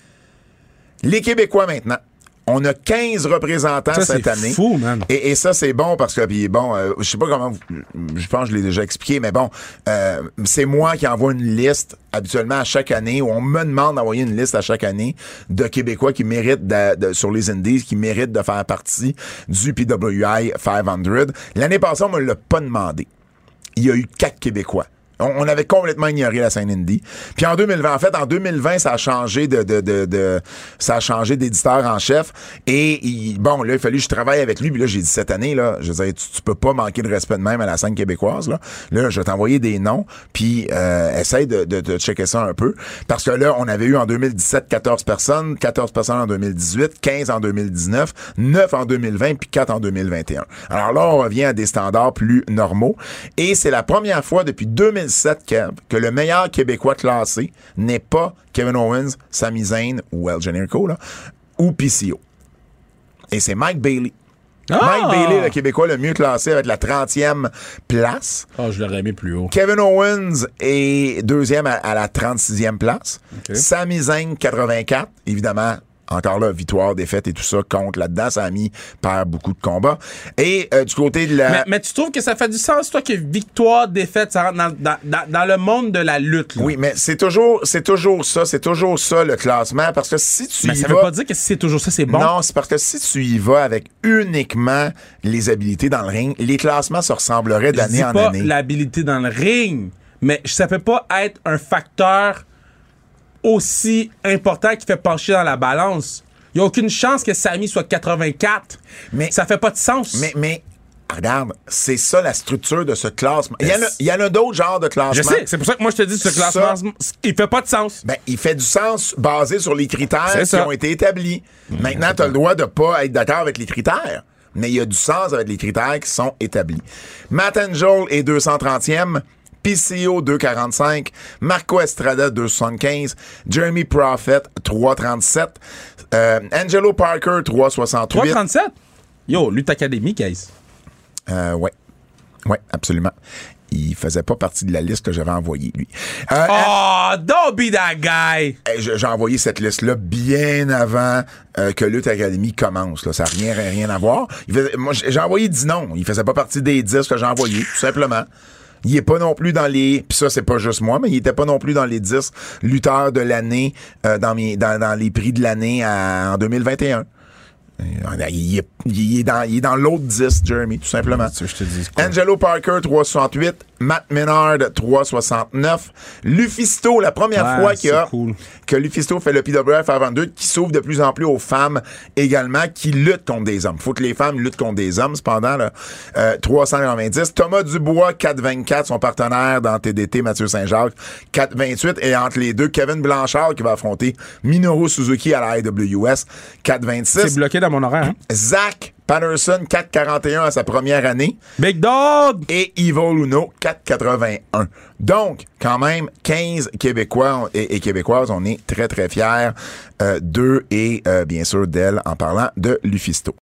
Les Québécois, maintenant. On a quinze représentants ça, cette c'est année. Fou, man. Et, et ça, c'est bon parce que, puis bon, euh, je sais pas comment, vous, je pense que je l'ai déjà expliqué, mais bon, euh, c'est moi qui envoie une liste habituellement à chaque année, où on me demande d'envoyer une liste à chaque année de Québécois qui méritent de, de, sur les Indies, qui méritent de faire partie du P W I cinq cents. L'année passée, on me l'a pas demandé. Il y a eu quatre Québécois. On avait complètement ignoré la scène indie. Puis en deux mille vingt, en fait, en deux mille vingt, ça a changé de, de, de, de ça a changé d'éditeur en chef. Et il, bon, là, il fallait que je travaille avec lui. Puis là, j'ai dit cette année, là, je disais, tu, tu peux pas manquer de respect de même à la scène québécoise, là. Là, je vais t'envoyer des noms. Puis euh, essaye de, de, de checker ça un peu. Parce que là, on avait eu en deux mille dix-sept quatorze personnes, quatorze personnes en deux mille dix-huit, quinze en deux mille dix-neuf, neuf en deux mille vingt, puis quatre en deux mille vingt et un. Alors là, on revient à des standards plus normaux. Et c'est la première fois depuis deux mille sept, Kev, que le meilleur Québécois classé n'est pas Kevin Owens, Sami Zayn ou El Generico, là, ou P C O. Et c'est Mike Bailey. Ah! Mike Bailey, le Québécois le mieux classé avec la trentième place. Ah, oh, je l'aurais mis plus haut. Kevin Owens est deuxième à, à la trente-sixième place. Okay. Sami Zayn, quatre-vingt-quatre. Évidemment, encore là, victoire, défaite et tout ça compte là-dedans. Sami perd beaucoup de combats. Et euh, du côté de la... Mais, mais tu trouves que ça fait du sens, toi, que victoire, défaite, ça rentre dans, dans, dans, dans le monde de la lutte, là? Oui, mais c'est toujours, c'est toujours ça. C'est toujours ça, le classement. Parce que si tu mais y ça vas... veut pas dire que si c'est toujours ça, c'est bon. Non, c'est parce que si tu y vas avec uniquement les habilités dans le ring, les classements se ressembleraient d'année Je dis en pas année. l'habilité dans le ring, mais ça peut pas être un facteur aussi important qui fait pencher dans la balance. Il n'y a aucune chance que Sami soit quatre-vingt-quatre. Mais ça fait pas de sens. Mais, mais regarde, c'est ça la structure de ce classement. Il y en a, il y en a d'autres genres de classements. Je sais, c'est pour ça que moi je te dis ce classement, ça, il fait pas de sens. Ben, il fait du sens basé sur les critères c'est qui ça. ont été établis. Mmh, Maintenant, tu as le droit de pas être d'accord avec les critères, mais il y a du sens avec les critères qui sont établis. Matt Angel est deux cent trentième. P C O deux quarante-cinq, Marco Estrada deux soixante-quinze, Jeremy Prophet trois trente-sept, euh, Angelo Parker trois soixante-huit. trois trente-sept? Yo, Lutte Academy, Case. Euh, ouais. Ouais, absolument. Il faisait pas partie de la liste que j'avais envoyée, lui. Euh, oh, don't be that guy! J'ai envoyé cette liste-là bien avant euh, que Lutte Academy commence. Là. Ça n'a rien, rien à voir. Il faisait, moi, j'ai envoyé dix noms. Il faisait pas partie des dix que j'ai envoyés, tout simplement. Il est pas non plus dans les... Puis ça, c'est pas juste moi, mais il était pas non plus dans les dix lutteurs de l'année euh, dans, mes, dans, dans les prix de l'année à, en deux mille vingt et un. Il est, il est dans, il est dans l'autre dix, Jeremy, tout simplement. Je te dis quoi? Angelo Parker, trois soixante-huit. Matt Menard, trois soixante-neuf. Lufisto, la première ouais, fois qu'il y a, cool. que Lufisto fait le P W F avant deux, qui s'ouvre de plus en plus aux femmes également, qui luttent contre des hommes. Faut que les femmes luttent contre des hommes, cependant, là. Euh, trois cent quatre-vingt-dix. Thomas Dubois, quatre vingt-quatre, son partenaire dans T D T, Mathieu Saint-Jacques, quatre vingt-huit. Et entre les deux, Kevin Blanchard, qui va affronter Minoru Suzuki à la I W S, quatre vingt-six. C'est bloqué dans mon horaire, hein? Zach Patterson, quatre quarante et un à sa première année. Big Dog! Et Ivo Luno, quatre quatre-vingt-un. Donc, quand même, quinze Québécois et, et Québécoises, on est très, très fiers euh, d'eux et, euh, bien sûr, d'elle en parlant de Lufisto.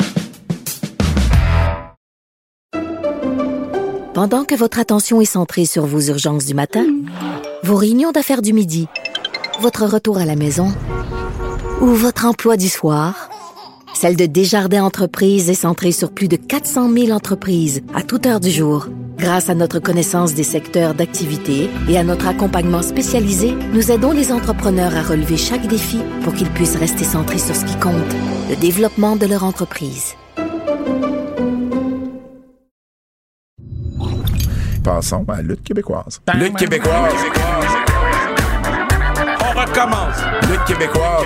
Pendant que votre attention est centrée sur vos urgences du matin, vos réunions d'affaires du midi, votre retour à la maison ou votre emploi du soir, celle de Desjardins Entreprises est centrée sur plus de quatre cent mille entreprises à toute heure du jour. Grâce à notre connaissance des secteurs d'activité et à notre accompagnement spécialisé, nous aidons les entrepreneurs à relever chaque défi pour qu'ils puissent rester centrés sur ce qui compte, le développement de leur entreprise. Passons à la lutte québécoise. Bam, Lutte bam, québécoise. On recommence! Lutte québécoise.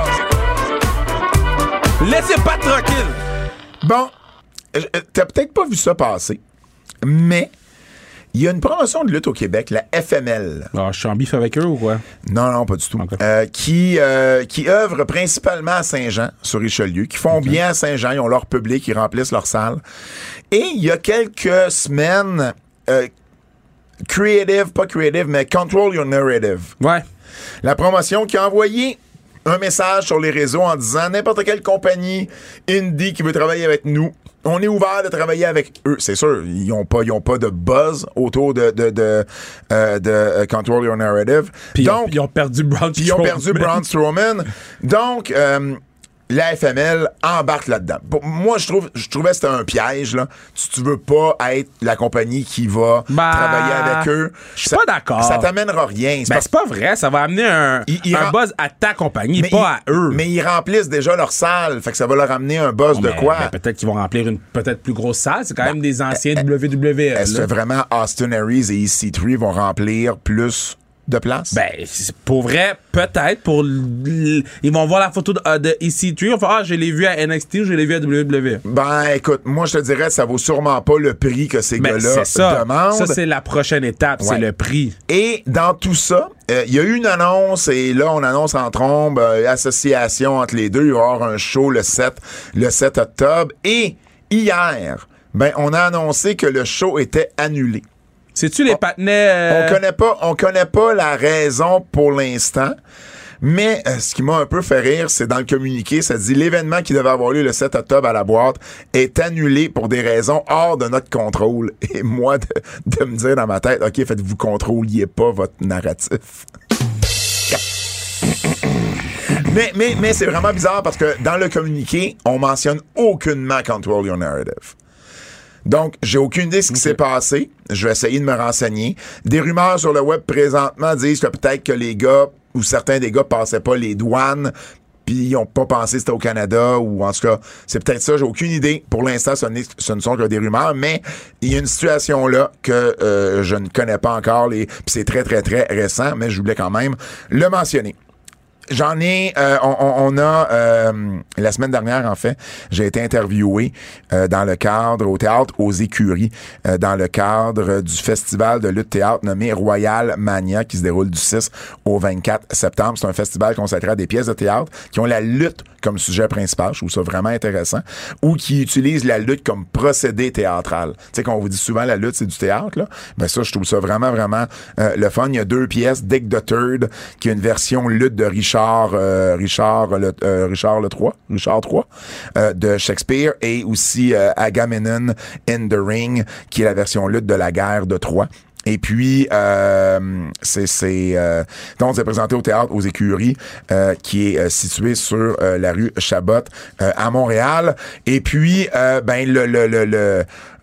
Laissez pas tranquille! Bon, t'as peut-être pas vu ça passer, mais il y a une promotion de lutte au Québec, la F M L. Ah, je suis en bif avec eux ou quoi? Non, non, pas du tout. Okay. Euh, qui, euh, qui œuvrent principalement à Saint-Jean, sur Richelieu, qui font okay. bien à Saint-Jean, ils ont leur public, ils remplissent leur salle. Et il y a quelques semaines, euh, Creative, pas Creative, mais Control Your Narrative. Ouais. La promotion qui a envoyé un message sur les réseaux en disant n'importe quelle compagnie indie qui veut travailler avec nous, on est ouvert de travailler avec eux. C'est sûr, ils n'ont pas, ils ont pas de buzz autour de de de, euh, de uh, Control Your Narrative. Puis donc ils ont perdu Braun Strowman. Ils ont perdu Braun Strowman. Donc euh, la F M L embarque là-dedans. Bon, moi, je trouve, je trouvais que c'était un piège, là. Tu, tu veux pas être la compagnie qui va bah, travailler avec eux. Je suis pas d'accord. Ça t'amènera rien. C'est, ben, c'est pas vrai. Ça va amener un, il, il un rem... buzz à ta compagnie, mais pas il, à eux. Mais ils remplissent déjà leur salle. Fait que ça va leur amener un buzz oh, de mais, quoi? Mais peut-être qu'ils vont remplir une peut-être plus grosse salle. C'est quand même des anciens euh, W W E. Est-ce que vraiment Austin Aries et E C trois vont remplir plus de place? Ben, pour vrai, peut-être. Pour l... Ils vont voir la photo de, uh, de E C trois. Ils vont faire, ah, je l'ai vu à N X T ou je l'ai vu à W W E. Ben, écoute, moi, je te dirais, ça vaut sûrement pas le prix que ces ben, gars-là ça. demandent. Ça, c'est la prochaine étape, ouais. C'est le prix. Et dans tout ça, il euh, y a eu une annonce, et là, on annonce en trombe, euh, association entre les deux. Il va y avoir un show le sept, le sept octobre. Et hier, ben, on a annoncé que le show était annulé. C'est-tu les on, patinets... Euh... On connaît pas, on connaît pas la raison pour l'instant, mais euh, ce qui m'a un peu fait rire, c'est dans le communiqué, ça dit « L'événement qui devait avoir lieu le sept octobre à la boîte est annulé pour des raisons hors de notre contrôle. » Et moi, de, de me dire dans ma tête « OK, faites-vous contrôliez pas votre narratif. » Mais, mais, mais c'est vraiment bizarre parce que dans le communiqué, on mentionne aucunement « Control Your Narrative ». Donc, j'ai aucune idée de ce qui okay. s'est passé. Je vais essayer de me renseigner. Des rumeurs sur le web présentement disent que peut-être que les gars ou certains des gars passaient pas les douanes puis ils ont pas pensé que c'était au Canada ou en tout cas, c'est peut-être ça. J'ai aucune idée. Pour l'instant, ce, ce ne sont que des rumeurs, mais il y a une situation là que euh, je ne connais pas encore les, puis c'est très, très, très récent, mais je voulais quand même le mentionner. J'en ai, euh, on, on a, euh, la semaine dernière, en fait, j'ai été interviewé euh, dans le cadre, au théâtre aux Écuries, euh, dans le cadre du festival de lutte théâtre nommé Royal Mania, qui se déroule du six au vingt-quatre septembre. C'est un festival consacré à des pièces de théâtre qui ont la lutte comme sujet principal, je trouve ça vraiment intéressant, ou qui utilisent la lutte comme procédé théâtral. Tu sais, qu'on vous dit souvent la lutte, c'est du théâtre, là. Ben ça, je trouve ça vraiment, vraiment euh, le fun. Il y a deux pièces, Dick the Third, qui est une version lutte de Richard, euh, Richard le, euh, Richard le trois, Richard trois, euh, de Shakespeare, et aussi euh, Agamemnon in the Ring, qui est la version lutte de la guerre de Troie. Et puis, euh, c'est, c'est euh, donc c'est présenté au théâtre aux Écuries, euh, qui est euh, situé sur euh, la rue Chabot euh, à Montréal. Et puis, euh, ben le le le le,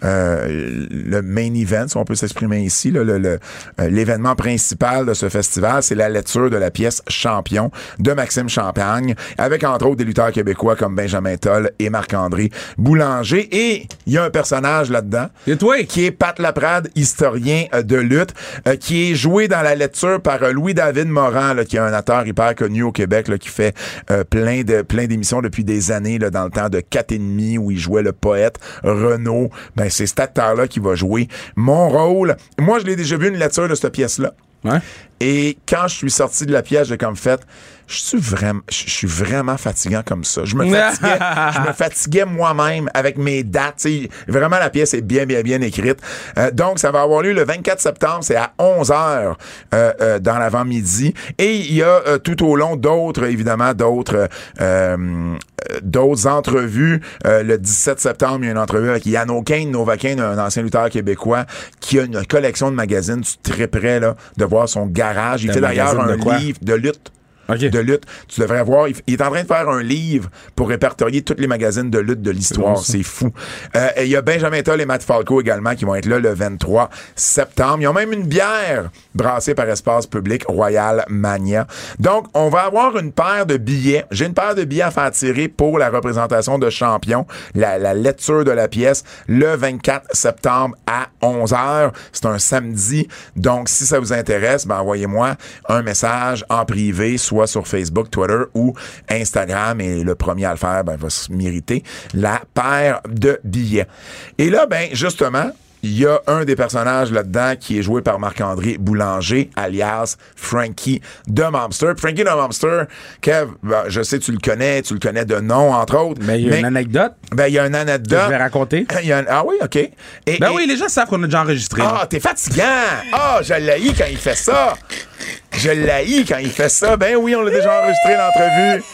euh, le main event, si on peut s'exprimer ici, là, le, le euh, l'événement principal de ce festival, c'est la lecture de la pièce Champion de Maxime Champagne, avec entre autres des lutteurs québécois comme Benjamin Toll et Marc-André Boulanger. Et il y a un personnage là-dedans, et toi? Qui est Pat Laprade, historien euh, de lutte, euh, qui est joué dans la lecture par euh, Louis-David Morin, là, qui est un acteur hyper connu au Québec, là, qui fait euh, plein de plein d'émissions depuis des années, là, dans le temps de quatre et demi, où il jouait le poète Renaud. Ben, c'est cet acteur-là qui va jouer mon rôle. Moi, je l'ai déjà vu une lecture de cette pièce-là. Ouais. Et quand je suis sorti de la pièce, j'ai comme fait, je suis vraiment, je suis vraiment fatigant comme ça. Je me fatiguais, je me fatiguais moi-même avec mes dates. T'sais, vraiment, la pièce est bien, bien, bien écrite. Euh, donc, ça va avoir lieu le vingt-quatre septembre. C'est à onze heures euh, euh, dans l'avant-midi. Et il y a euh, tout au long d'autres, évidemment, d'autres euh, d'autres entrevues. Euh, le dix-sept septembre, il y a une entrevue avec Yann O'Kane, Novocaine, un ancien lutteur québécois, qui a une collection de magazines. Tu es très près là, de voir son garage. Il un fait d'ailleurs un de livre de lutte. Okay. De lutte. Tu devrais voir, il, il est en train de faire un livre pour répertorier tous les magazines de lutte de l'histoire. C'est, bon, c'est fou. Euh, il y a Benjamin Toll et Matt Falco également qui vont être là le vingt-trois septembre. Ils ont même une bière brassée par Espace Public Royal Mania. Donc, on va avoir une paire de billets. J'ai une paire de billets à faire tirer pour la représentation de Champion, la, la lecture de la pièce, le vingt-quatre septembre à onze heures. C'est un samedi. Donc, si ça vous intéresse, ben, envoyez-moi un message en privé, soit sur Facebook, Twitter ou Instagram, et le premier à le faire, ben, va se mériter la paire de billets. Et là, ben, justement, il y a un des personnages là-dedans qui est joué par Marc-André Boulanger, alias Frankie the Mobster. Frankie the Mobster, Kev, ben, je sais, tu le connais, tu le connais de nom, entre autres. Mais il y a mais, une anecdote. Ben, il y a une anecdote. Que je vais raconter. Il y a un, ah oui, OK. Et, ben et, oui, les gens savent qu'on a déjà enregistré. Ah, t'es fatigant. Ah, je l'haïs quand il fait ça. Je l'haïs quand il fait ça. Ben oui, on l'a déjà enregistré l'entrevue.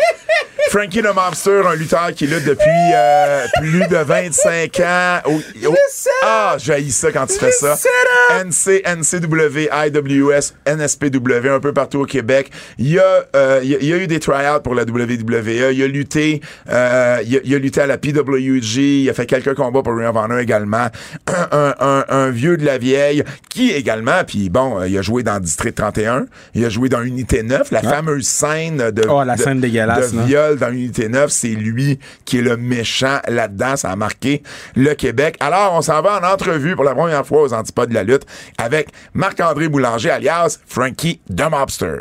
Frankie the Mobster, un lutteur qui lutte depuis euh, plus de vingt-cinq ans. Oh, oh. Ah, j'haïs ça quand tu fais ça. N C, N C W, I W S, N S P W, un peu partout au Québec. Il y a, euh, il y a, il y a eu des tryouts pour la W W E. Il a lutté, euh, il, a, il a lutté à la P W G. Il a fait quelques combats pour Ring of Honor également. Un, un, un, un vieux de la vieille qui également, puis bon, il a joué dans District trente et un. Il a joué dans Unité neuf, la ouais. fameuse scène de, oh, la de, scène dégueulasse, de viol dans Unité neuf. C'est lui qui est le méchant là-dedans. Ça a marqué le Québec. Alors, on s'en va en entrevue pour la première fois aux Antipodes de la lutte avec Marc-André Boulanger, alias Frankie the Mobster.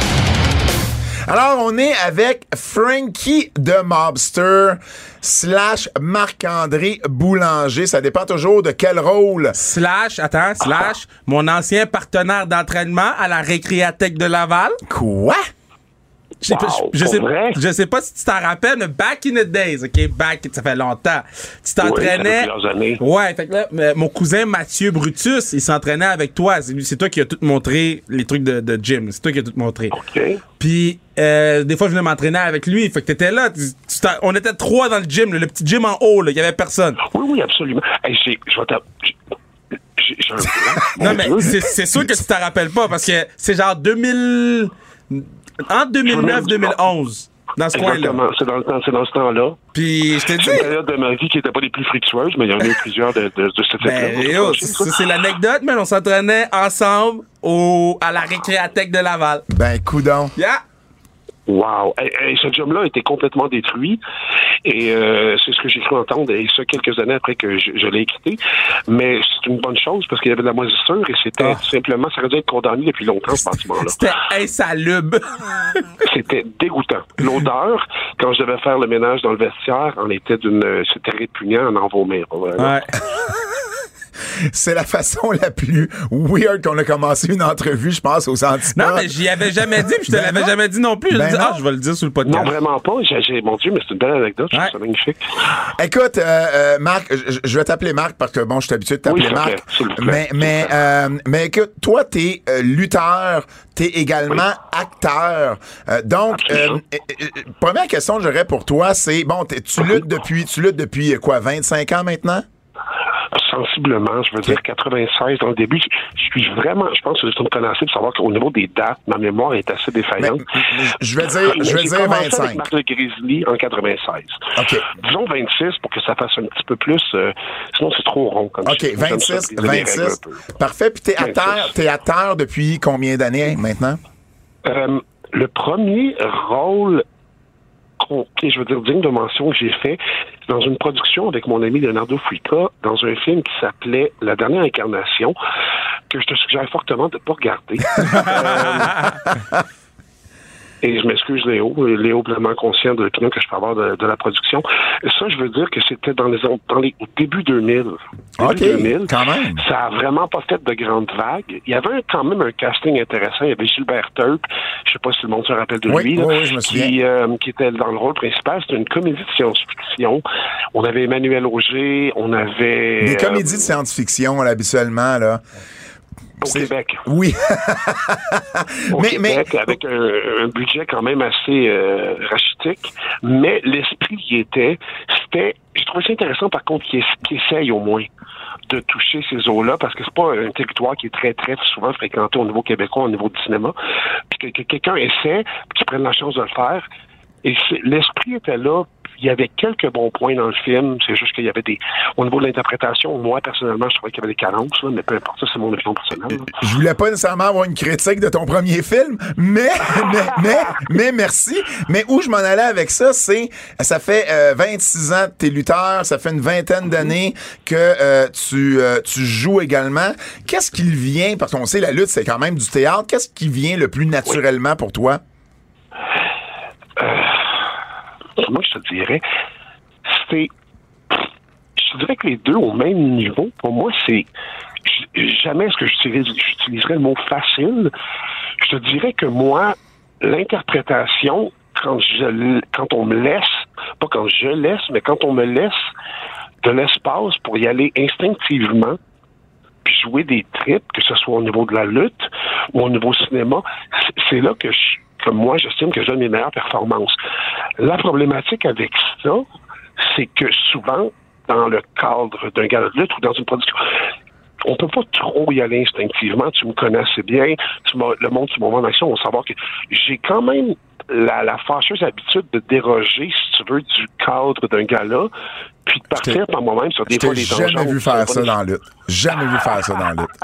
Alors, on est avec Frankie the Mobster slash Marc-André Boulanger. Ça dépend toujours de quel rôle. Slash, attends, slash, ah. mon ancien partenaire d'entraînement à la Récréathèque de Laval. Quoi? Je, wow, je, je, sais, je sais pas si tu t'en rappelles, mais back in the days, OK? Back, ça fait longtemps. Tu t'entraînais. Oui, ça fait plusieurs années. Ouais, fait que là, mon cousin Mathieu Brutus, il s'entraînait avec toi. C'est, c'est toi qui as tout montré les trucs de, de gym. C'est toi qui as tout montré. OK. Puis, euh, des fois, je venais m'entraîner avec lui. Fait que t'étais là. Tu, tu on était trois dans le gym, là, le petit gym en haut, là. Il y avait personne. Oui, oui, absolument. Hey, j'ai, je vais t'app- j'ai, j'ai un non, mais c'est, c'est sûr que tu t'en rappelles pas parce que c'est genre deux mille. Entre deux mille neuf deux mille onze, dans ce Exactement. coin-là. C'est dans, le temps, c'est dans ce temps-là. Puis, je te dis... C'est une période de ma vie qui n'était pas les plus fructueuses, mais il y en a eu plusieurs de, de, de cette ben, yo, ça, c'est l'anecdote, mais on s'entraînait ensemble au, à la Récréathèque de Laval. Ben, coudonc. Yeah! Wow! Et, et ce job-là a été complètement détruit. Et euh, c'est ce que j'ai cru entendre, et ça quelques années après que je, je l'ai quitté. Mais c'est une bonne chose parce qu'il y avait de la moisissure et c'était oh. simplement, ça aurait dû être condamné depuis longtemps, ce bâtiment-là. C'était insalubre. C'était dégoûtant. L'odeur, quand je devais faire le ménage dans le vestiaire, en était d'une... C'était répugnant à en vomir. Ouais. c'est la façon la plus weird qu'on a commencé une entrevue, je pense, aux Antipodes. Non, mais j'y avais jamais dit, puis je te Ben l'avais non. jamais dit non plus. Je Ben dis, non. ah, je vais le dire sur le podcast. Non, vraiment pas. J'ai, j'ai- mon Dieu, mais c'est une belle anecdote. Je trouve Ouais. ça magnifique. Écoute, euh, euh, Marc, je, je vais t'appeler Marc parce que, bon, je suis habitué de t'appeler Oui, s'il vous Marc. plaît, s'il vous plaît, mais, s'il vous mais, plaît. euh, mais écoute, toi, t'es euh, lutteur, t'es également acteur. Euh, donc, euh, Absolument. euh, euh, première question que j'aurais pour toi, c'est, bon, t'es- tu luttes depuis, tu luttes depuis euh, quoi, vingt-cinq ans maintenant? Sensiblement, je veux dire quatre-vingt-seize dans le début. Je, je suis vraiment, je pense que c'est une connaissance de savoir qu'au niveau des dates, ma mémoire est assez Mais, défaillante. mais, je vais dire, je vais J'ai dire commencé vingt-cinq. avec Marc Le Grizzly en quatre-vingt-seize. OK. Disons vingt-six pour que ça fasse un petit peu plus. euh, sinon, c'est trop rond comme OK, ça. J'aime ça vingt-six, briser les règles vingt-six. un peu. Parfait. Puis t'es vingt-six. acteur, t'es acteur depuis combien d'années maintenant? Euh, le premier rôle, qu'on- que je veux dire digne de mention que j'ai fait, c'est dans une production avec mon ami Leonardo Fuica, dans un film qui s'appelait La dernière incarnation, que je te suggère fortement de ne pas regarder. Euh, Et je m'excuse, Léo. Léo, pleinement conscient de l'opinion que je peux avoir de, de la production. Et ça, je veux dire que c'était dans les, dans les au début deux mille. Début OK, deux mille. quand même. Ça a vraiment pas fait de grandes vagues. Il y avait un- quand même un casting intéressant. Il y avait Gilbert Turp. Je sais pas si le monde se rappelle de Oui, lui. là, oui, oui, je me souviens. Qui, euh, qui était dans le rôle principal. C'était une comédie de science-fiction. On avait Emmanuel Auger. On avait... Des euh, comédies de science-fiction, là, habituellement, là. Au C'est- Québec. Oui. Au mais, Québec, mais, avec un, un budget quand même assez euh, rachitique, mais l'esprit qui était, c'était, je trouvais ça intéressant par contre qu'il ess- qu'il essaye au moins de toucher ces eaux-là, parce que c'est pas un territoire qui est très, très souvent fréquenté au niveau québécois, au niveau du cinéma, puis que, que quelqu'un essaie, puis qu'il prenne la chance de le faire, et c'est- l'esprit était là. Il y avait quelques bons points dans le film. C'est juste qu'il y avait des... Au niveau de l'interprétation, moi, personnellement, je trouvais qu'il y avait des carences, là, mais peu importe, ça, c'est mon opinion personnelle. là. je voulais pas nécessairement avoir une critique de ton premier film, mais, mais, mais, mais merci. Mais où je m'en allais avec ça, c'est, ça fait euh, vingt-six ans que t'es lutteur, ça fait une vingtaine d'années que euh, tu, euh, tu joues également. Qu'est-ce qui vient, parce qu'on sait la lutte, c'est quand même du théâtre, qu'est-ce qui vient le plus naturellement pour toi? Moi, je te dirais, c'est... Je te dirais que les deux au même niveau, pour moi, c'est... j- Jamais est-ce que j'utilise- j'utiliserais le mot facile. Je te dirais que moi, l'interprétation, quand je quand on me laisse, pas quand je laisse, mais quand on me laisse de l'espace pour y aller instinctivement, puis jouer des trips, que ce soit au niveau de la lutte ou au niveau cinéma, c'est- c'est là que je, que moi, j'estime que je donne mes meilleures performances. La problématique avec ça, c'est que souvent, dans le cadre d'un gala de lutte ou dans une production, on peut pas trop y aller instinctivement. Tu me connais assez bien. Tu m'as, le monde sur mon moment d'action, on va savoir que j'ai quand même la, la fâcheuse habitude de déroger, si tu veux, du cadre d'un gala, puis de partir par moi-même sur des Je fois t'ai des jamais tangentes. vu faire ça dans la lutte. Jamais vu faire ça dans la lutte.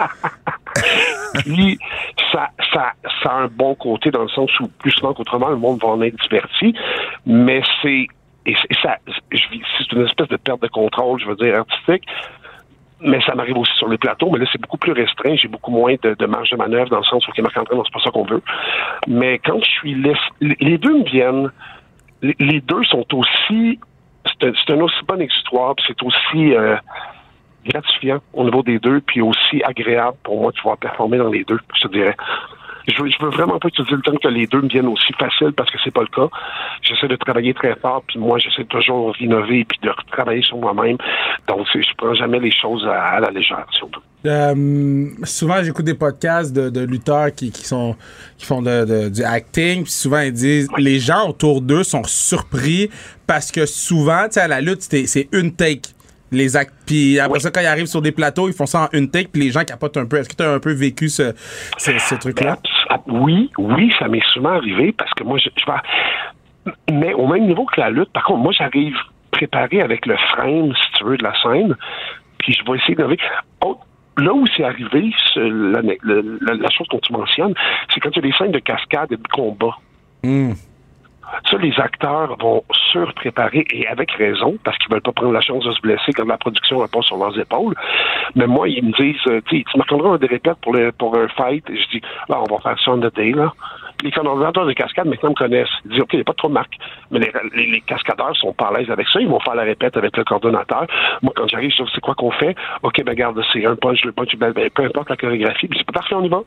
Puis, ça, ça, ça a un bon côté dans le sens où, plus souvent qu'autrement, le monde va en être diverti, mais c'est, et c'est, ça, je vis- c'est une espèce de perte de contrôle, je veux dire, artistique, mais ça m'arrive aussi sur les plateaux, mais là, c'est beaucoup plus restreint, j'ai beaucoup moins de, de marge de manœuvre dans le sens où, OK, Marc-André, c'est pas ça qu'on veut. Mais quand je suis laissé, les deux me viennent, les, les deux sont aussi, c'est un, c'est un aussi bon exutoire, puis c'est aussi... Euh, gratifiant au niveau des deux, puis aussi agréable pour moi de pouvoir performer dans les deux, je te dirais. Je veux, je veux vraiment pas utiliser le terme que les deux me viennent aussi facile parce que c'est pas le cas. J'essaie de travailler très fort, puis moi, j'essaie toujours d'innover puis de travailler sur moi-même. Donc, c'est, je prends jamais les choses à, à la légère, surtout. Euh, souvent, j'écoute des podcasts de, de lutteurs qui, qui sont qui font de, de, du acting. Puis souvent, ils disent les gens autour d'eux sont surpris parce que souvent, tu sais, à la lutte, c'est, c'est une take. Les actes. Puis après Oui. ça, quand ils arrivent sur des plateaux, ils font ça en une take. Puis les gens capotent un peu. Est-ce que tu as un peu vécu ce, ce, ce truc-là? Ah, oui, oui, ça m'est souvent arrivé parce que moi, je, je vais... Mais au même niveau que la lutte, par contre, moi, j'arrive préparé avec le frame, si tu veux, de la scène, puis je vais essayer d'innover. Oh, là où c'est arrivé, c'est la, la, la chose dont tu mentionnes, c'est quand il y a des scènes de cascade et de combat. Mm. Ça, les acteurs vont surpréparer, et avec raison, parce qu'ils veulent pas prendre la chance de se blesser quand la production repose sur leurs épaules. Mais moi, ils me disent, euh, tu sais, tu Marc-André, on a des répètes pour, le, pour un fight. Et je dis, là, on va faire ça on the day, là. les coordonnateurs de cascade, maintenant, me connaissent. Ils disent, OK, il n'y a pas trop de marque. Mais les, les, les cascadeurs sont pas à l'aise avec ça. Ils vont faire la répète avec le coordonnateur. Moi, quand j'arrive, je dis, c'est quoi qu'on fait? OK, ben, regarde, c'est un punch, deux punch, ben, peu importe la chorégraphie. Puis c'est pas parfait, on y va.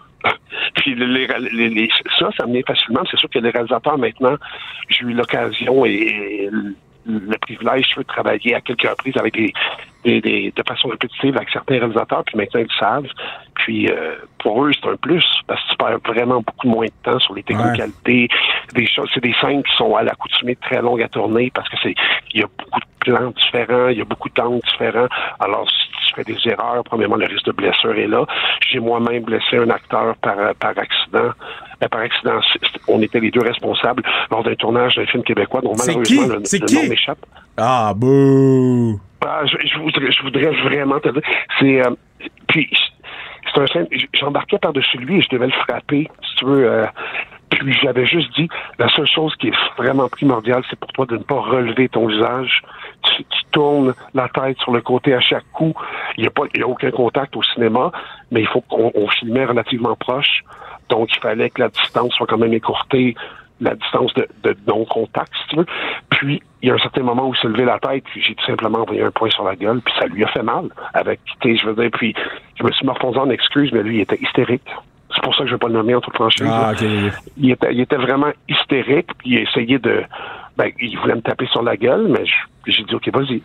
Puis les, les, les, ça, ça me vient facilement. C'est sûr que les réalisateurs, maintenant, j'ai eu l'occasion et, et le privilège de travailler à quelques reprises avec des, des, des de façon répétitive avec certains réalisateurs, puis maintenant ils le savent. Puis euh, pour eux, c'est un plus, parce que tu perds vraiment beaucoup moins de temps sur les technicalités, ouais. des choses. C'est des scènes qui sont à l'accoutumée très longues à tourner, parce que c'est il y a beaucoup de plans différents, il y a beaucoup d'angles différents. Alors, si tu fais des erreurs, premièrement, le risque de blessure est là. J'ai moi-même blessé un acteur par, par accident. Ben, par accident, on était les deux responsables lors d'un tournage d'un film québécois dont c'est malheureusement qui? le, c'est le qui? nom m'échappe. Ah, bouh! Ah, je, je, voudrais, je voudrais vraiment te dire. C'est. Euh, puis, c'est un scène. J'embarquais par-dessus lui et je devais le frapper, si tu veux. Euh, puis j'avais juste dit, la seule chose qui est vraiment primordiale, c'est pour toi de ne pas relever ton visage. Tu, tu tournes la tête sur le côté à chaque coup. Il n'y a pas, il y a aucun contact au cinéma, mais il faut qu'on on filmait relativement proche. Donc, il fallait que la distance soit quand même écourtée, la distance de, de non-contact, si tu veux. Puis, il y a un certain moment où il s'est levé la tête, puis j'ai tout simplement envoyé un point sur la gueule, puis ça lui a fait mal. Avec, tu sais, je veux dire, puis je me suis morfondu en excuse, mais lui, il était hystérique. C'est pour ça que je ne vais pas le nommer en toute franchise. Ah, okay. il, était, il était vraiment hystérique, puis il a essayé de... Ben, il voulait me taper sur la gueule, mais je, j'ai dit, OK, vas-y.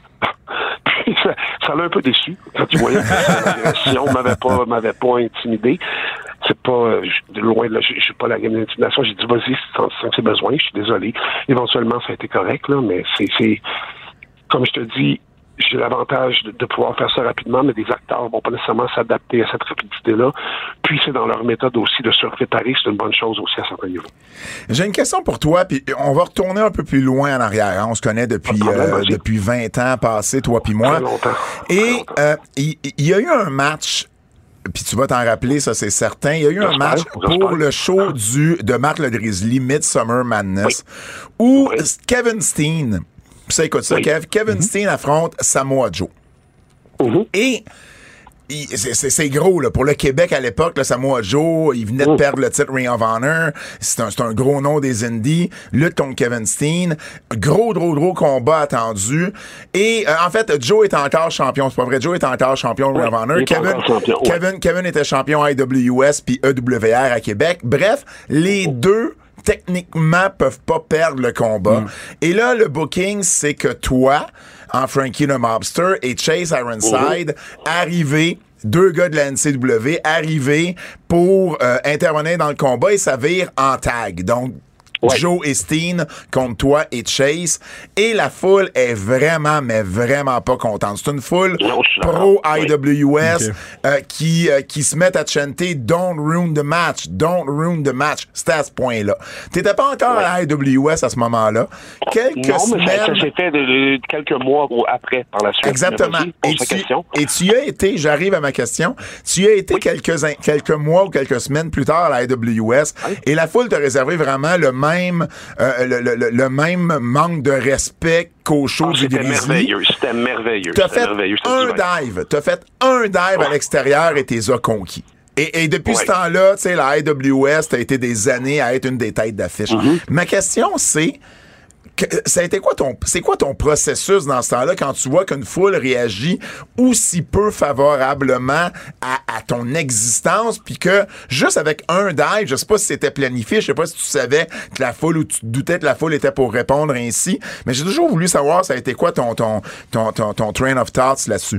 Puis ça, ça l'a un peu déçu quand il voyait que l'agression m'avait pas, m'avait pas intimidé. C'est pas, de loin de là, je suis pas la game d'intimidation. J'ai dit, vas-y, sans, sans que c'est besoin, je suis désolé. Éventuellement, ça a été correct, là, mais c'est, c'est, comme je te dis, j'ai l'avantage de, de pouvoir faire ça rapidement, mais des acteurs vont pas nécessairement s'adapter à cette rapidité-là. Puis c'est dans leur méthode aussi de se préparer, c'est une bonne chose aussi à certains niveaux. J'ai une question pour toi, puis on va retourner un peu plus loin en arrière. Hein? On se connaît depuis problème, euh, depuis vingt ans passés, toi puis moi. Très longtemps. Et euh, il y, y a eu un match. Puis tu vas t'en rappeler, ça c'est certain. Il y a eu j'espère, un match pour j'espère. le show du de Marc Le Grizzly, Midsummer Madness, oui. où oui. Kevin Steen, ça écoute ça, oui. Kev, Kevin mm-hmm. Steen affronte Samoa Joe. Mm-hmm. Et il, c'est, c'est, c'est gros là pour le Québec à l'époque. Là, Samoa Joe, il venait de perdre le titre Ring of Honor. C'est un, c'est un gros nom des indies. Lutte contre Kevin Steen. Gros, gros, gros combat attendu. Et euh, en fait, Joe est encore champion. C'est pas vrai. Joe est encore champion Ring of Honor. Kevin, champion, ouais. Kevin, Kevin était champion I W S puis E W R à Québec. Bref, les deux techniquement peuvent pas perdre le combat. Mm. Et là, le booking, c'est que toi, en Frankie the Mobster et Chase Ironside, mm-hmm. arrivés, deux gars de la N C W, arrivés pour euh, intervenir dans le combat et ça vire en tag. Donc, ouais. Joe et Steen contre toi et Chase. Et la foule est vraiment, mais vraiment pas contente. C'est une foule pro I W S okay. euh, qui, euh, qui se met à chanter « Don't ruin the match, don't ruin the match ». C'était à ce point-là. T'étais pas encore ouais. à I W S à ce moment-là. Quelques non, semaines... mais ça, ça s'est fait de, de, quelques mois après, par la suite. Exactement. Et tu, et tu as été, j'arrive à ma question, tu as été oui. quelques, quelques mois ou quelques semaines plus tard à la I W S oui. et la foule t'a réservé vraiment le même, euh, le, le, le même manque de respect qu'au show ah, du Grizzly. C'était merveilleux, c'était merveilleux. T'as c'était fait merveilleux, un dive, t'as fait un dive ouais. à l'extérieur et t'es as conquis. Et, et depuis ouais. ce temps-là, tu sais, la I W S, t'as été des années à être une des têtes d'affiche. Mm-hmm. Ma question, c'est, que, ça a été quoi ton, c'est quoi ton processus dans ce temps-là quand tu vois qu'une foule réagit aussi peu favorablement à, à ton existence, puis que juste avec un dive, je sais pas si c'était planifié, je sais pas si tu savais que la foule ou tu te doutais que la foule était pour répondre ainsi, mais j'ai toujours voulu savoir ça a été quoi ton ton ton ton, ton train of thoughts là-dessus.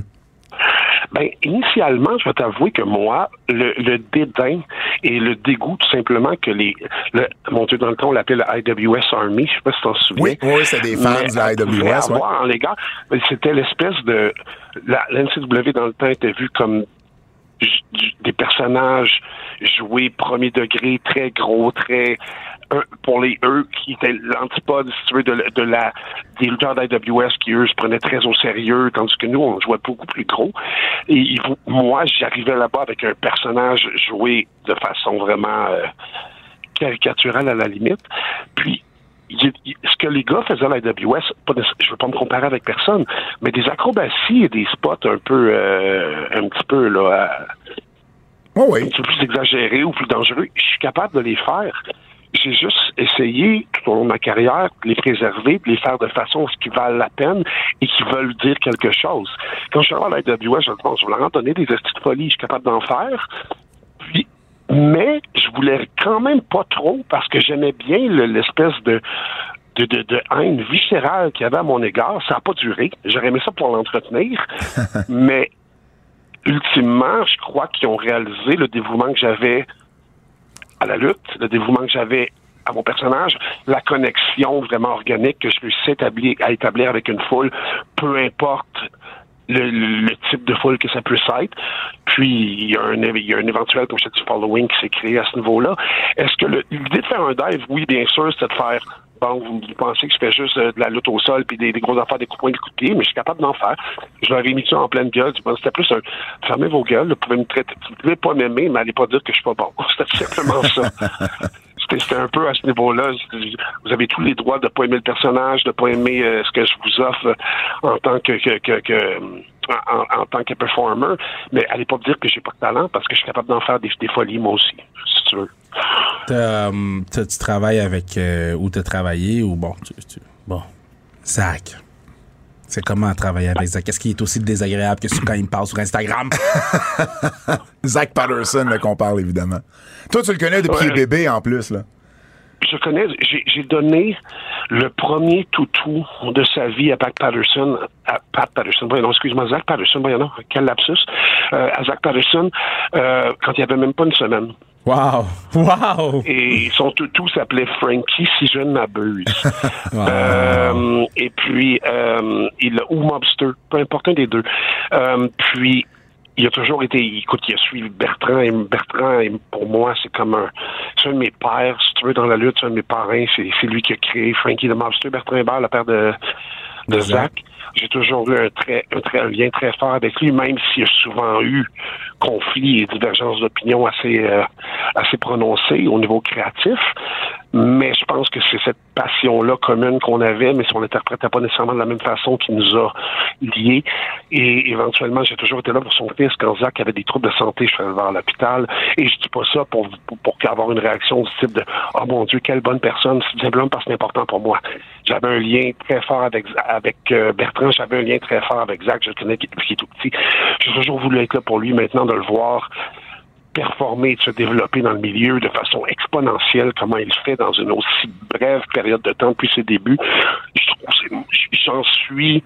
Ben, initialement, je vais t'avouer que moi, le, le dédain et le dégoût, tout simplement, que les... Le, mon Dieu, dans le temps, on l'appelait le I W S Army, je sais pas si t'en souviens. Oui, oui, c'est des fans mais, de la I W S, ouais. En l'égard, c'était l'espèce de... La, la N C W, dans le temps, était vue comme des personnages joués premier degré, très gros, très... pour les eux qui étaient l'antipode, si tu veux, de, de la des lutteurs d'I W S qui, eux, se prenaient très au sérieux, tandis que nous, on jouait beaucoup plus gros. Et il, moi, j'arrivais là-bas avec un personnage joué de façon vraiment euh, caricaturale à la limite. Puis, il, il, ce que les gars faisaient à la I W S, pas de, je veux pas me comparer avec personne, mais des acrobaties et des spots un peu, euh, un petit peu, là... À, Oh oui. un petit peu plus exagérés ou plus dangereux. Je suis capable de les faire. J'ai juste essayé, tout au long de ma carrière, de les préserver, de les faire de façon à ce qu'ils valent la peine et qu'ils veulent dire quelque chose. Quand je suis arrivé à la W S, je me dis, bon, je voulais en donner des estis de folie, je suis capable d'en faire. Puis, mais je voulais quand même pas trop parce que j'aimais bien le, l'espèce de, de, de, de haine viscérale qu'il y avait à mon égard. Ça n'a pas duré. J'aurais aimé ça pour l'entretenir. Mais, ultimement, je crois qu'ils ont réalisé le dévouement que j'avais à la lutte, le dévouement que j'avais à mon personnage, la connexion vraiment organique que je réussis à établir, à établir avec une foule, peu importe le, le, le type de foule que ça puisse être. Puis, il y a un, il y a un éventuel, comme je te dis, following qui s'est créé à ce niveau-là. Est-ce que le, l'idée de faire un dive, oui, bien sûr, c'est de faire, bon, vous pensez que je fais juste euh, de la lutte au sol puis des, des grosses affaires, des coups de poing, des coups de pied, mais je suis capable d'en faire. Je leur ai mis ça en pleine gueule. C'était plus un, fermez vos gueules, vous pouvez me traiter, vous pouvez pas m'aimer, mais allez pas dire que je suis pas bon. C'était tout simplement ça. C'était, c'était un peu à ce niveau-là. Vous avez tous les droits de pas aimer le personnage, de pas aimer euh, ce que je vous offre euh, en tant que, que, que, que en, en tant que performer, mais allez pas me dire que j'ai pas de talent parce que je suis capable d'en faire des, des folies moi aussi, si tu veux. T'as, t'as, tu travailles avec euh, où t'as travaillé ou bon, tu, tu, bon, Zach. C'est comment travailler avec Zach? Est-ce qu'il est aussi désagréable que quand il me parle sur Instagram? Zach Patterson, là, qu'on parle, évidemment. Toi, tu le connais depuis ouais. bébé, en plus, là. Je connais, j'ai, j'ai donné le premier toutou de sa vie à Pat Patterson, à Pat Patterson, non, excuse-moi, Zach Patterson, voyons, quel lapsus, euh, à Zach Patterson, euh, quand il n'y avait même pas une semaine. Wow! Wow! Et son toutou s'appelait Frankie, si je ne m'abuse. Wow. Euh, et puis, euh, il ou Mobster, peu importe un des deux. Euh, puis, il a toujours été, écoute, il a suivi Bertrand, et Bertrand, et pour moi, c'est comme un, c'est un de mes pères, si tu veux, dans la lutte, c'est un de mes parrains, c'est, c'est lui qui a créé Frankie the Mobster, Bertrand Hébert, le père de, de Zach. J'ai toujours eu un, très, un, très, un lien très fort avec lui, même s'il y a souvent eu conflits et divergences d'opinion assez, euh, assez prononcées au niveau créatif. Mais je pense que c'est cette passion-là commune qu'on avait, mais si on l'interprétait pas nécessairement de la même façon, qui nous a liés. Et éventuellement, j'ai toujours été là pour son fils. Quand Zach avait des troubles de santé, je suis allé vers l'hôpital. Et je dis pas ça pour, pour, pour avoir une réaction du type de « Oh mon Dieu, quelle bonne personne ». C'est simplement parce que c'est important pour moi. J'avais un lien très fort avec, avec euh, Bertrand. J'avais un lien très fort avec Zach. Je le connais depuis qu'il est tout petit. J'ai toujours voulu être là pour lui. Maintenant, de le voir performer, de se développer dans le milieu de façon exponentielle, comment il fait dans une aussi brève période de temps depuis ses débuts, je trouve que j'en suis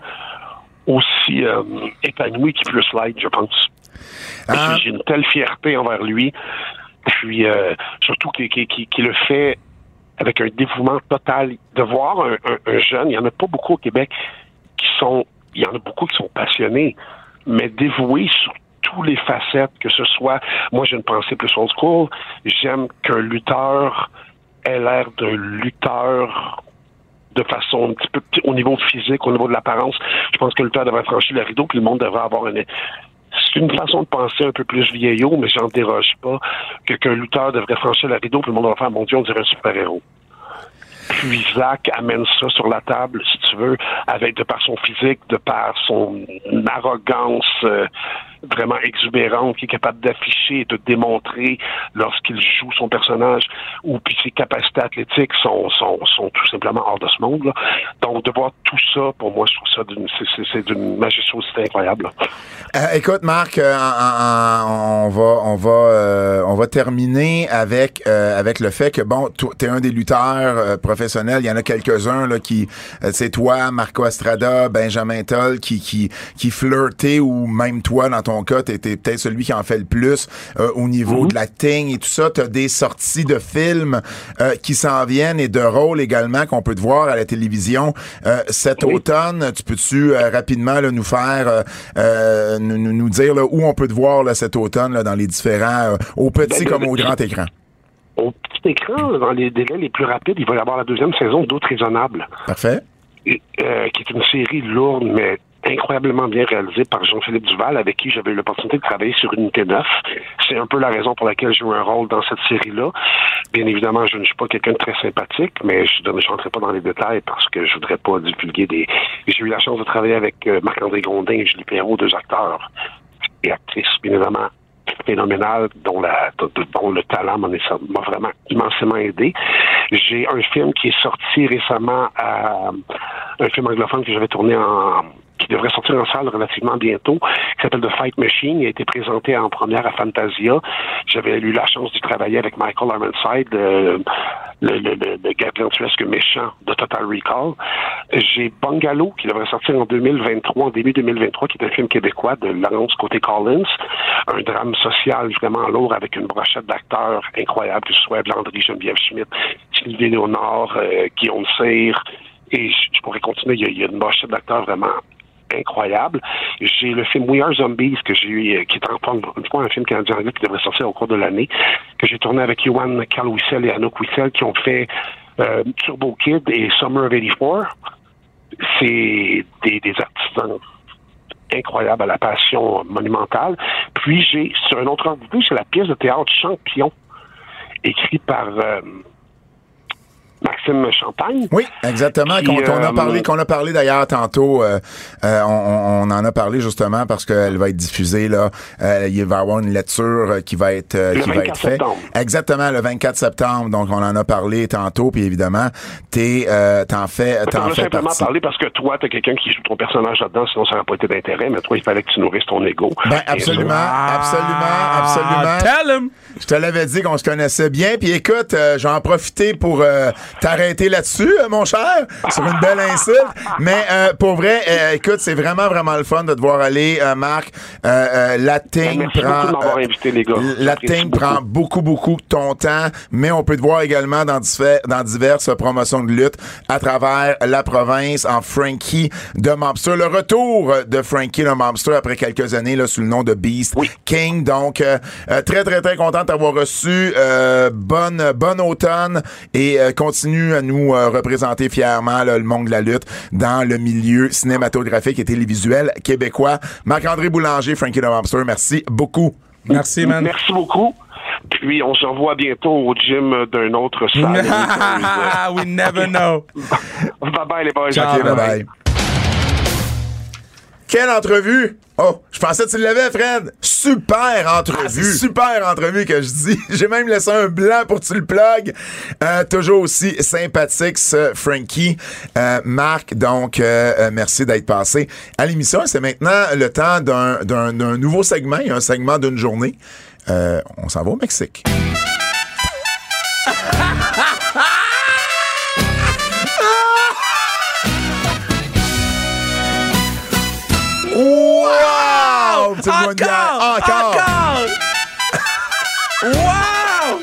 aussi euh, épanoui qu'il peut l'être, je pense. Ah. J'ai une telle fierté envers lui, puis euh, surtout qu'il, qu'il, qu'il le fait avec un dévouement total. De voir un, un, un jeune, il n'y en a pas beaucoup au Québec qui sont, il y en a beaucoup qui sont passionnés, mais dévoués sur tous les facettes, que ce soit, moi j'ai une pensée plus old school, j'aime qu'un lutteur ait l'air d'un lutteur de façon un petit peu au niveau physique, au niveau de l'apparence. Je pense que le lutteur devrait franchir le rideau, puis le monde devrait avoir une... C'est une façon de penser un peu plus vieillot, mais j'en déroge pas, que qu'un lutteur devrait franchir le rideau, puis le monde devrait faire, mon Dieu, on dirait un super-héros. Puis Zach amène ça sur la table, si tu veux, avec de par son physique, de par son arrogance euh, vraiment exubérante, qui est capable d'afficher et de démontrer lorsqu'il joue son personnage, ou puis ses capacités athlétiques sont, sont, sont tout simplement hors de ce monde, là. Donc, de voir tout ça, pour moi, je trouve ça d'une, c'est, c'est, c'est d'une majestuosité incroyable. Euh, écoute, Marc, euh, en, en, on va, on va, euh, on va terminer avec, euh, avec le fait que, bon, tu es un des lutteurs euh, professionnels. Il y en a quelques-uns là qui, euh, c'est toi, Marco Estrada, Benjamin Toll, qui, qui, qui flirtaient, ou même toi, dans ton cas, t'étais peut-être celui qui en fait le plus euh, au niveau mm-hmm. de l'acting et tout ça. T'as des sorties de films euh, qui s'en viennent et de rôles également qu'on peut te voir à la télévision euh, cet oui. automne. Tu peux-tu euh, rapidement là, nous faire euh, euh, nous, nous dire là, où on peut te voir là, cet automne là, dans les différents, euh, au petit ben, comme au grand écran? Au petit écran, dans les délais les plus rapides, il va y avoir la deuxième saison d'Août raisonnable. Parfait. Et, euh, qui est une série lourde, mais incroyablement bien réalisée par Jean-Philippe Duval, avec qui j'avais eu l'opportunité de travailler sur Unité neuf. C'est un peu la raison pour laquelle j'ai eu un rôle dans cette série-là. Bien évidemment, je ne suis pas quelqu'un de très sympathique, mais je ne rentrerai pas dans les détails parce que je voudrais pas divulguer des... J'ai eu la chance de travailler avec euh, Marc-André Grondin et Julie Perrault, deux acteurs et actrices, bien évidemment, phénoménale dont, la, dont le talent m'a, m'a vraiment immensément aidé. J'ai un film qui est sorti récemment, à, un film anglophone que j'avais tourné en... qui devrait sortir en salle relativement bientôt, qui s'appelle The Fight Machine. Il a été présenté en première à Fantasia. J'avais eu la chance d'y travailler avec Michael Ironside, le, le, le, le, le gargantuesque méchant de Total Recall. J'ai Bungalow, qui devrait sortir en deux mille vingt-trois, en début deux mille vingt-trois, qui est un film québécois de Laurence Côté-Collins. Un drame social vraiment lourd avec une brochette d'acteurs incroyables, que ce soit Landry, Geneviève Schmidt, Sylvie Léonard, euh, Guillaume Cyr, et je, je pourrais continuer, il y, a, il y a une brochette d'acteurs vraiment incroyable. J'ai le film We Are Zombies que j'ai eu, qui est en forme, une fois un film canadien anglais qui devrait sortir au cours de l'année, que j'ai tourné avec Yoann Carl-Wissel et Anouk Wissel qui ont fait euh, Turbo Kid et Summer of eighty-four. C'est des, des artistes incroyables à la passion monumentale. Puis j'ai, sur un autre ordre d'idée, c'est la pièce de théâtre Champion, écrite par euh, Maxime Champagne. Oui, exactement. Qui, qu'on, qu'on a parlé, qu'on a parlé d'ailleurs tantôt. Euh, euh, on, on en a parlé justement parce qu'elle va être diffusée là. Euh, il va y avoir une lecture qui va être euh, qui va être faite. Exactement, le vingt-quatre septembre. Donc on en a parlé tantôt. Puis évidemment, t'es euh, t'en fais t'en on fais simplement partie. Parler parce que toi, t'as quelqu'un qui joue ton personnage là-dedans, sinon ça n'aurait pas été d'intérêt. Mais toi, il fallait que tu nourrisses ton ego. Ben absolument, absolument, absolument. Tell him. Je te l'avais dit qu'on se connaissait bien. Puis écoute, euh, j'en ai profité pour euh, t'arrêter là-dessus, euh, mon cher, sur une belle insulte. Mais euh, pour vrai, euh, écoute, c'est vraiment, vraiment le fun de te voir aller, euh, Marc. Euh, euh, la team Merci prend... beaucoup de m'avoir euh, invité, les gars. La team prend beaucoup, beaucoup ton temps, mais on peut te voir également dans, diffé- dans diverses promotions de lutte à travers la province en Frankie de Mobster. Le retour de Frankie de Mobster après quelques années là, sous le nom de Beast oui. King. Donc, euh, euh, très, très, très content de t'avoir reçu. Euh, bonne, bonne automne et euh, continue à nous euh, représenter fièrement là, le monde de la lutte dans le milieu cinématographique et télévisuel québécois. Marc-André Boulanger, Frankie de Mobster, merci beaucoup. Merci, man. Merci beaucoup. Puis, on se revoit bientôt au gym d'un autre salle. We never know. Bye-bye, les boys. OK, bye-bye. Quelle entrevue! Oh, je pensais que tu l'avais, Fred. Super entrevue. Ah, c'est super entrevue que je dis. J'ai même laissé un blanc pour que tu le plugues. Euh, toujours aussi sympathique, ce Frankie. Euh, Marc, donc, euh, euh, merci d'être passé à l'émission. C'est maintenant le temps d'un, d'un, d'un nouveau segment. Il y a un segment d'une journée. Euh, on s'en va au Mexique. Wow! Encore! Encore! Encore! Wow!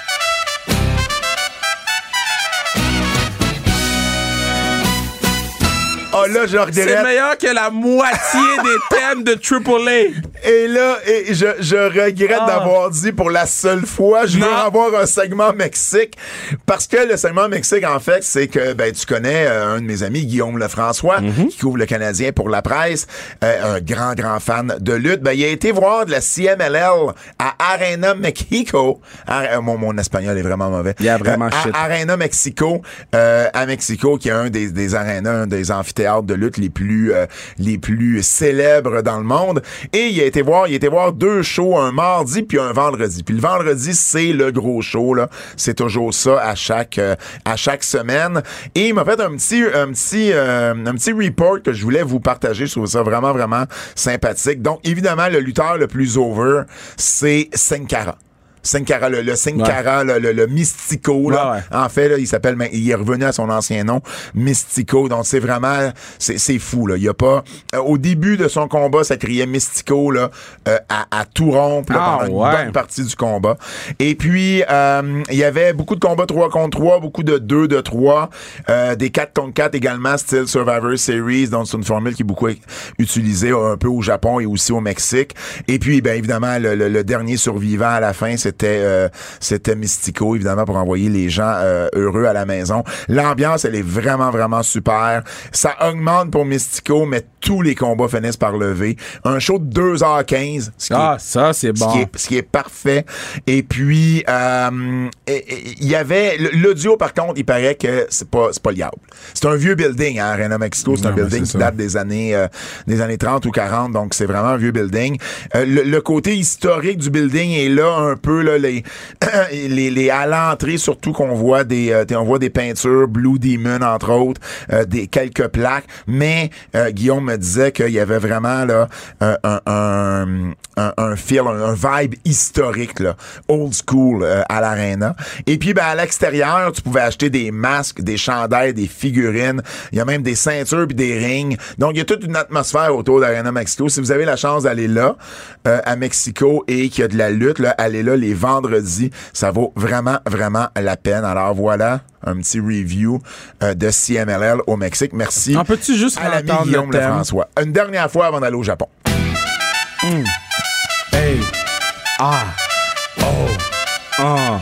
Oh là, je regrette. C'est meilleur que la moitié des thèmes de Triple A. Et là, et je, je regrette oh. d'avoir dit pour la seule fois, je non. veux avoir un segment Mexique. Parce que le segment Mexique, en fait, c'est que, ben, tu connais euh, un de mes amis, Guillaume Lefrançois, mm-hmm. qui couvre le Canadien pour la presse, euh, un grand, grand fan de lutte. Ben, il a été voir de la C M L L à Arena Mexico. Ar- mon, mon espagnol est vraiment mauvais. Il y a vraiment euh, shit. À Arena Mexico, euh, à Mexico, qui est un des, des arénas, un des amphithéâtres de lutte les plus, euh, les plus célèbres dans le monde. Et il a été voir, il a été voir deux shows, un mardi puis un vendredi. Puis le vendredi, c'est le gros show, là. C'est toujours ça à chaque, euh, à chaque semaine. Et il m'a fait un petit, un petit, euh, un petit report que je voulais vous partager. Je trouve ça vraiment, vraiment sympathique. Donc, évidemment, le lutteur le plus over, c'est Sin Cara. Sin Cara, le, le Sin Cara, ouais. le, le, le Mystico, là. Ouais, ouais. En fait, là, il s'appelle, il est revenu à son ancien nom, Mystico. Donc, c'est vraiment, c'est, c'est fou, là. Il y a pas, euh, au début de son combat, ça criait Mystico, là, euh, à, à tout rompre, là, ah, pendant ouais. une bonne partie du combat. Et puis, euh, il y avait beaucoup de combats trois contre trois, beaucoup de deux de trois, euh, des quatre contre quatre également, style Survivor Series. Donc, c'est une formule qui est beaucoup utilisée un peu au Japon et aussi au Mexique. Et puis, ben, évidemment, le, le, le dernier survivant à la fin, c'est c'était euh, c'était Mystico, évidemment, pour envoyer les gens euh, heureux à la maison. L'ambiance, elle est vraiment, vraiment super. Ça augmente pour Mystico, mais tous les combats finissent par lever. Un show de deux heures quinze. Ce qui Ah, est, ça, c'est bon. Ce qui est, ce qui est parfait. Et puis, euh, il y avait... L'audio, par contre, il paraît que c'est pas, c'est pas liable. C'est un vieux building, hein, Arena Mexico. C'est Non, un building qui ça. date des années, euh, des années trente ou quarante, donc c'est vraiment un vieux building. Euh, le, le côté historique du building est là un peu, là, les, les, les à l'entrée, surtout qu'on voit des, euh, on voit des peintures, Blue Demon, entre autres, euh, des quelques plaques, mais euh, Guillaume me disait qu'il y avait vraiment là un, un, un, un, un feel, un, un vibe historique, là, old school euh, à l'Arena. Et puis, ben, à l'extérieur, tu pouvais acheter des masques, des chandails, des figurines. Il y a même des ceintures puis des rings. Donc, il y a toute une atmosphère autour d'Arena Mexico. Si vous avez la chance d'aller là, euh, à Mexico, et qu'il y a de la lutte, là, allez là les vendredis. Ça vaut vraiment, vraiment la peine. Alors, voilà un petit review euh, de C M L L au Mexique. Merci On peut-tu juste à l'ami entendre Guillaume le thème? Lefrançois. Une dernière fois avant d'aller au Japon. Mm. Hey. Ah. Oh. Ah.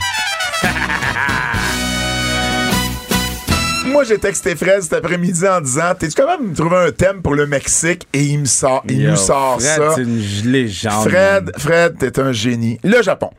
Moi, j'ai texté Fred cet après-midi en disant, t'es-tu capable de me trouver un thème pour le Mexique? Et il me sort, il Yo, nous sort Fred, ça. c'est une légende. Fred, Fred, t'es un génie. Le Japon.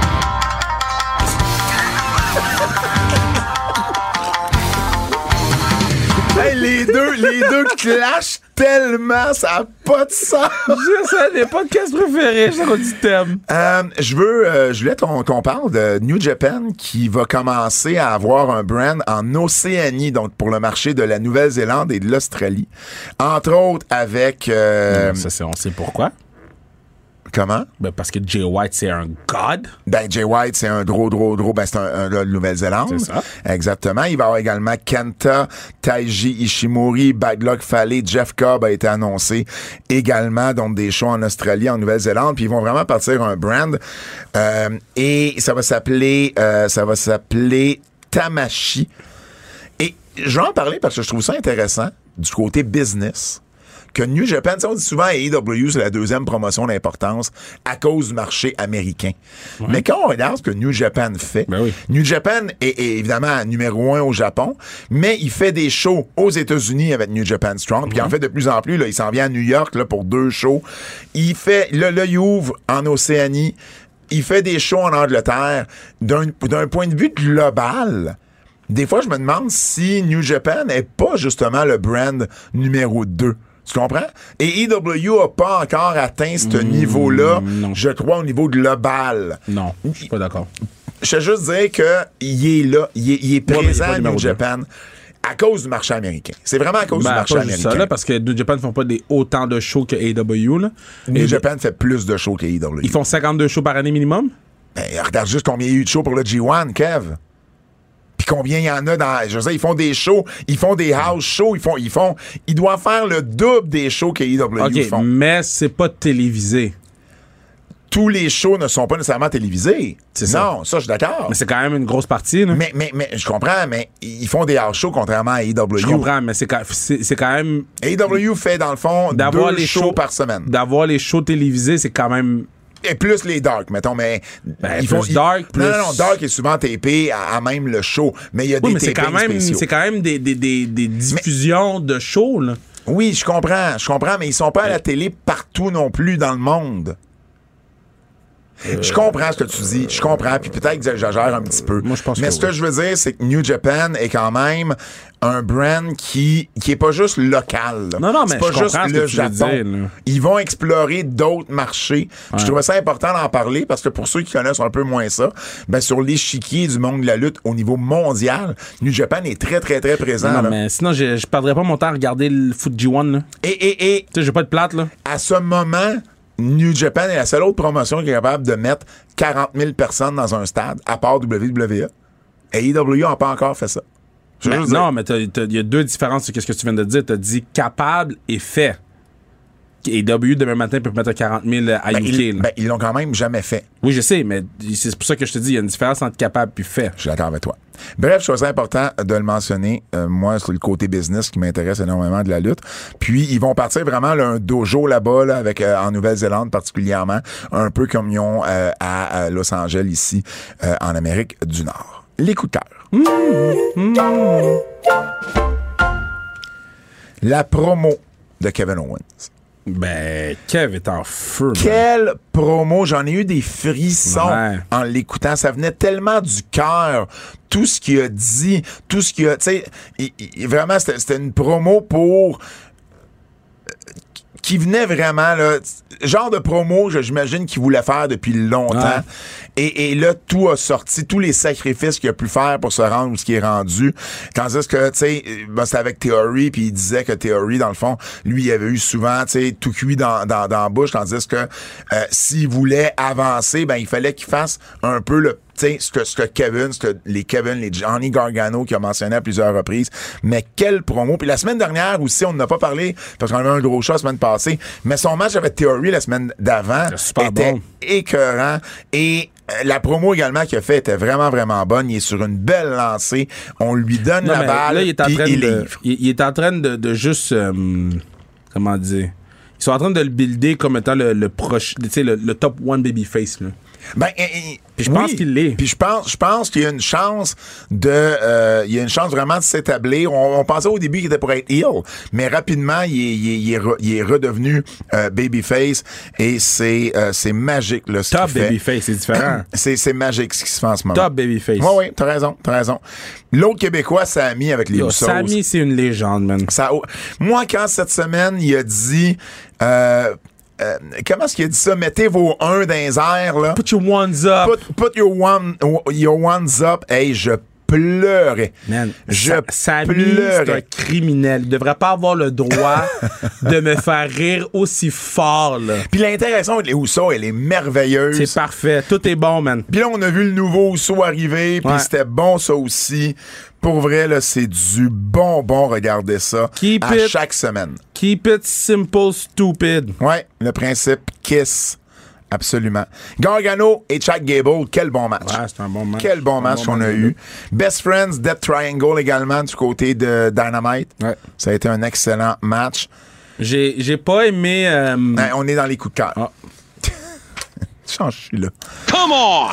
Hey, les deux, les deux clashent tellement, ça n'a pas de sens. Je sais, mes podcasts préférés, je sais du thème. Euh, je veux, euh, je voulais qu'on, qu'on parle de New Japan qui va commencer à avoir un brand en Océanie, donc pour le marché de la Nouvelle-Zélande et de l'Australie. Entre autres avec... Euh, Ça, c'est, on sait pourquoi. comment? Ben, parce que Jay White, c'est un god. Ben, Jay White, c'est un gros, gros, gros, ben, c'est un, un gars de Nouvelle-Zélande. C'est ça. Exactement. Il va y avoir également Kenta, Taiji Ishimori, Bad Luck Fale, Jeff Cobb a été annoncé également, donc des shows en Australie, en Nouvelle-Zélande, puis ils vont vraiment partir un brand, euh, et ça va s'appeler, euh, ça va s'appeler Tamashi. Et je vais en parler parce que je trouve ça intéressant du côté business. Que New Japan, on dit souvent A E W, c'est la deuxième promotion d'importance à cause du marché américain. Ouais. Mais quand on regarde ce que New Japan fait, ben oui. New Japan est, est évidemment numéro un au Japon, mais il fait des shows aux États-Unis avec New Japan Strong, puis mm-hmm. en fait de plus en plus, là, il s'en vient à New York là, pour deux shows. Il fait, là, là, il ouvre en Océanie, il fait des shows en Angleterre. D'un, d'un point de vue global, des fois, je me demande si New Japan n'est pas justement le brand numéro deux. Tu comprends? Et E W n'a pas encore atteint ce mmh, niveau-là, non. je crois, au niveau global. Non, je suis pas d'accord. Je veux juste dire qu'il est là, il est, il est présent à New Japan à cause du marché américain. C'est vraiment à cause ben, du marché pas américain. Juste ça, là, parce que New Japan ne font pas des, autant de shows que A E W. Là. New Et Japan fait plus de shows que A E W. Ils font cinquante-deux shows par année minimum? Ben, regarde juste combien il y a eu de shows pour le G un, Kev. Puis combien il y en a dans... Je veux dire, ils font des shows, ils font des house shows, ils font... Ils font... Ils doivent faire le double des shows que A E W okay, font. Mais c'est pas télévisé. Tous les shows ne sont pas nécessairement télévisés. C'est ça. Non, ça, je suis d'accord. Mais c'est quand même une grosse partie, là. Mais, mais, mais, je comprends, mais ils font des house shows contrairement à A E W. Je comprends, mais c'est quand, c'est, c'est quand même... A E W fait, dans le fond, d'avoir deux les shows, shows par semaine. D'avoir les shows télévisés, c'est quand même... Et plus les dark, mettons, mais ben, ils font plus dark, plus... Non, non, non, dark est souvent tapé à, à même le show, mais il y a oui, des mais c'est quand même, spéciaux. c'est quand même des, des, des, des diffusions mais, de shows, là. Oui, je comprends, je comprends, mais ils sont pas à la télé partout non plus dans le monde. Euh, je comprends ce que tu dis, je comprends, puis peut-être que j'exagère un petit peu. Moi, je pense mais que ce oui. que je veux dire, c'est que New Japan est quand même un brand qui qui est pas juste local. Là. Non, non, mais c'est pas je juste comprends le ce que Japon. tu veux dire, là. Ils vont explorer d'autres marchés. Ouais. Je trouvais ça important d'en parler parce que pour ceux qui connaissent un peu moins ça, ben sur l'échiquier du monde de la lutte au niveau mondial, New Japan est très, très, très présent. Non, là. mais sinon, je, je perdrais pas mon temps à regarder le foot G un, là. Et, et, et... Tu sais, j'ai pas de plate, là. À ce moment... New Japan est la seule autre promotion qui est capable de mettre quarante mille personnes dans un stade, à part W W E. Et A E W n'a pas encore fait ça. Mais non, mais il y a deux différences sur ce que tu viens de dire. Tu as dit capable et fait. A E W demain matin peut mettre quarante mille à Ben, U K. ils, là. ben, ils l'ont quand même jamais fait. Oui, je sais, mais c'est pour ça que je te dis, il y a une différence entre capable et fait. Je suis d'accord avec toi. Bref, chose importante de le mentionner. Euh, moi, c'est le côté business qui m'intéresse énormément de la lutte. Puis, ils vont partir vraiment là, un dojo là-bas, là, avec euh, en Nouvelle-Zélande particulièrement, un peu comme ils ont euh, à, à Los Angeles ici, euh, en Amérique du Nord. Les coups de cœur. Mmh. Mmh. La promo de Kevin Owens. Ben, Kev est en feu. Quelle promo! J'en ai eu des frissons Ouais. en l'écoutant. Ça venait tellement du cœur. Tout ce qu'il a dit, tout ce qu'il a... Tu sais, il- il- vraiment, c'était, c'était une promo pour... qui venait vraiment, là, genre de promo, je- j'imagine qu'il voulait faire depuis longtemps. Ouais. Et, et là, tout a sorti, tous les sacrifices qu'il a pu faire pour se rendre où ce qui est rendu. Tandis que, tu sais, ben, c'était avec Theory, puis il disait que Theory, dans le fond, lui, il avait eu souvent, tu sais, tout cuit dans, dans, dans la bouche, tandis que euh, s'il voulait avancer, ben, il fallait qu'il fasse un peu le tu sais, ce que, ce que Kevin, ce que les Kevin, les Johnny Gargano qui a mentionné à plusieurs reprises. Mais quelle promo. Puis la semaine dernière aussi, on n'a pas parlé, parce qu'on avait un gros show la semaine passée, mais son match avec Theory la semaine d'avant super était bon. écœurant. Et euh, la promo également qu'il a fait était vraiment, vraiment bonne. Il est sur une belle lancée. On lui donne Non, la mais balle, là, il est en puis train il de, livre. il, il est en train de, de juste, euh, comment dire, ils sont en train de le builder comme étant le, le proche, tu sais, le, le top one babyface, là. Ben, eh, eh, Puis je oui. pense qu'il l'est. Puis je pense, je pense qu'il y a une chance de, euh, il y a une chance vraiment de s'établir. On, on pensait au début qu'il était pour être heel, mais rapidement il est, il est, il est, re, il est redevenu euh, babyface et c'est, euh, c'est magique là. Ce Top qu'il fait. babyface, c'est différent. C'est, c'est magique ce qui se fait en ce moment. Top babyface. Oui, oui, t'as raison, t'as raison. L'autre Québécois, Sami avec les Yo, Usos. Sami, c'est une légende, man. Ça, moi, quand cette semaine, il a dit, euh, euh, comment est-ce qu'il a dit ça? Mettez vos un dans les airs, là. Put your ones up. Put, put your one, your ones up. Hey, je pleurais. Man, je Sa- Sami, c'est un pleurais. criminel. Il devrait pas avoir le droit de me faire rire aussi fort, là. Puis l'interaction avec les Usos, elle est merveilleuse. C'est parfait. Tout est bon, man. Puis là, on a vu le nouveau Uso arriver, puis Ouais. c'était bon, ça aussi. Pour vrai, là, c'est du bonbon, regardez ça, Keep à it- chaque semaine. Keep it simple, stupid. Ouais, le principe Kiss, absolument. Gargano et Chad Gable, quel bon match. Ouais, c'est un bon match. Quel bon C'est un match bon qu'on a match. eu. Best Friends, Death Triangle également du côté de Dynamite. Ouais. Ça a été un excellent match. J'ai, j'ai pas aimé... euh, Hein, on est dans les coups de cœur. Ah. Change, je suis là. Come on!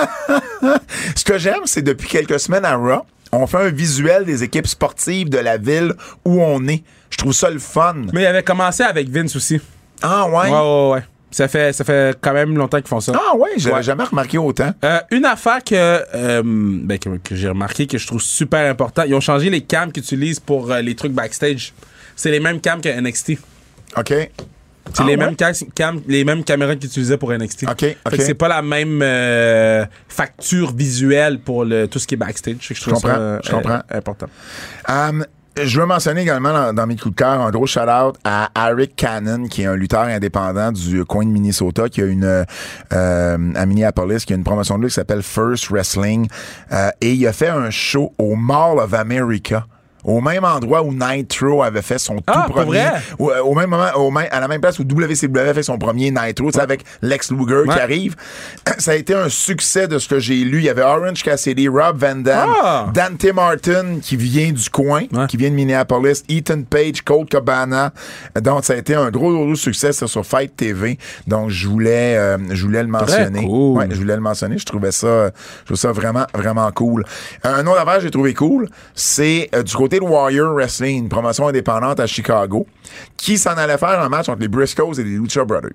Ce que j'aime, c'est depuis quelques semaines à Raw, on fait un visuel des équipes sportives de la ville où on est. Je trouve ça le fun. Mais il avait commencé avec Vince aussi. Ah ouais? Ouais, ouais, ouais. Ça fait, ça fait quand même longtemps qu'ils font ça. Ah ouais, j'avais Ouais. jamais remarqué autant. Euh, une affaire que, euh, ben, que, que j'ai remarqué que je trouve super important, ils ont changé les cams qu'ils utilisent pour euh, les trucs backstage. C'est les mêmes cams que N X T. OK. C'est Ah les, ouais? mêmes cam, cam- les mêmes caméras qu'ils utilisaient pour N X T. OK, Fait OK. que c'est pas la même euh, facture visuelle pour le, tout ce qui est backstage. Fait que je trouve comprends, ça euh, je comprends. euh, important. Um, je veux mentionner également dans, dans mes coups de cœur un gros shout-out à Eric Cannon, qui est un lutteur indépendant du coin de Minnesota, qui a une euh, à Minneapolis, qui a une promotion de lui qui s'appelle First Wrestling. Euh, et il a fait un show au Mall of America. Au même endroit où Nitro avait fait son tout Ah, pour premier. vrai? Au, au même moment, au même, à la même place où W C W a fait son premier Nitro, tu sais, avec Lex Luger Ouais. qui arrive. Ça a été un succès de ce que j'ai lu. Il y avait Orange Cassidy, Rob Van Dam, Ah! Dante Martin qui vient du coin, Ouais. qui vient de Minneapolis, Ethan Page, Colt Cabana. Donc, ça a été un gros, gros succès ça, sur Fight T V. Donc, je voulais, euh, je voulais le mentionner. cool. Ouais, je voulais le mentionner. Je trouvais ça, je trouvais ça vraiment, vraiment cool. Un autre affaire que j'ai trouvé cool, c'est euh, du côté de Warrior Wrestling, une promotion indépendante à Chicago, qui s'en allait faire un match entre les Briscoes et les Lucha Brothers.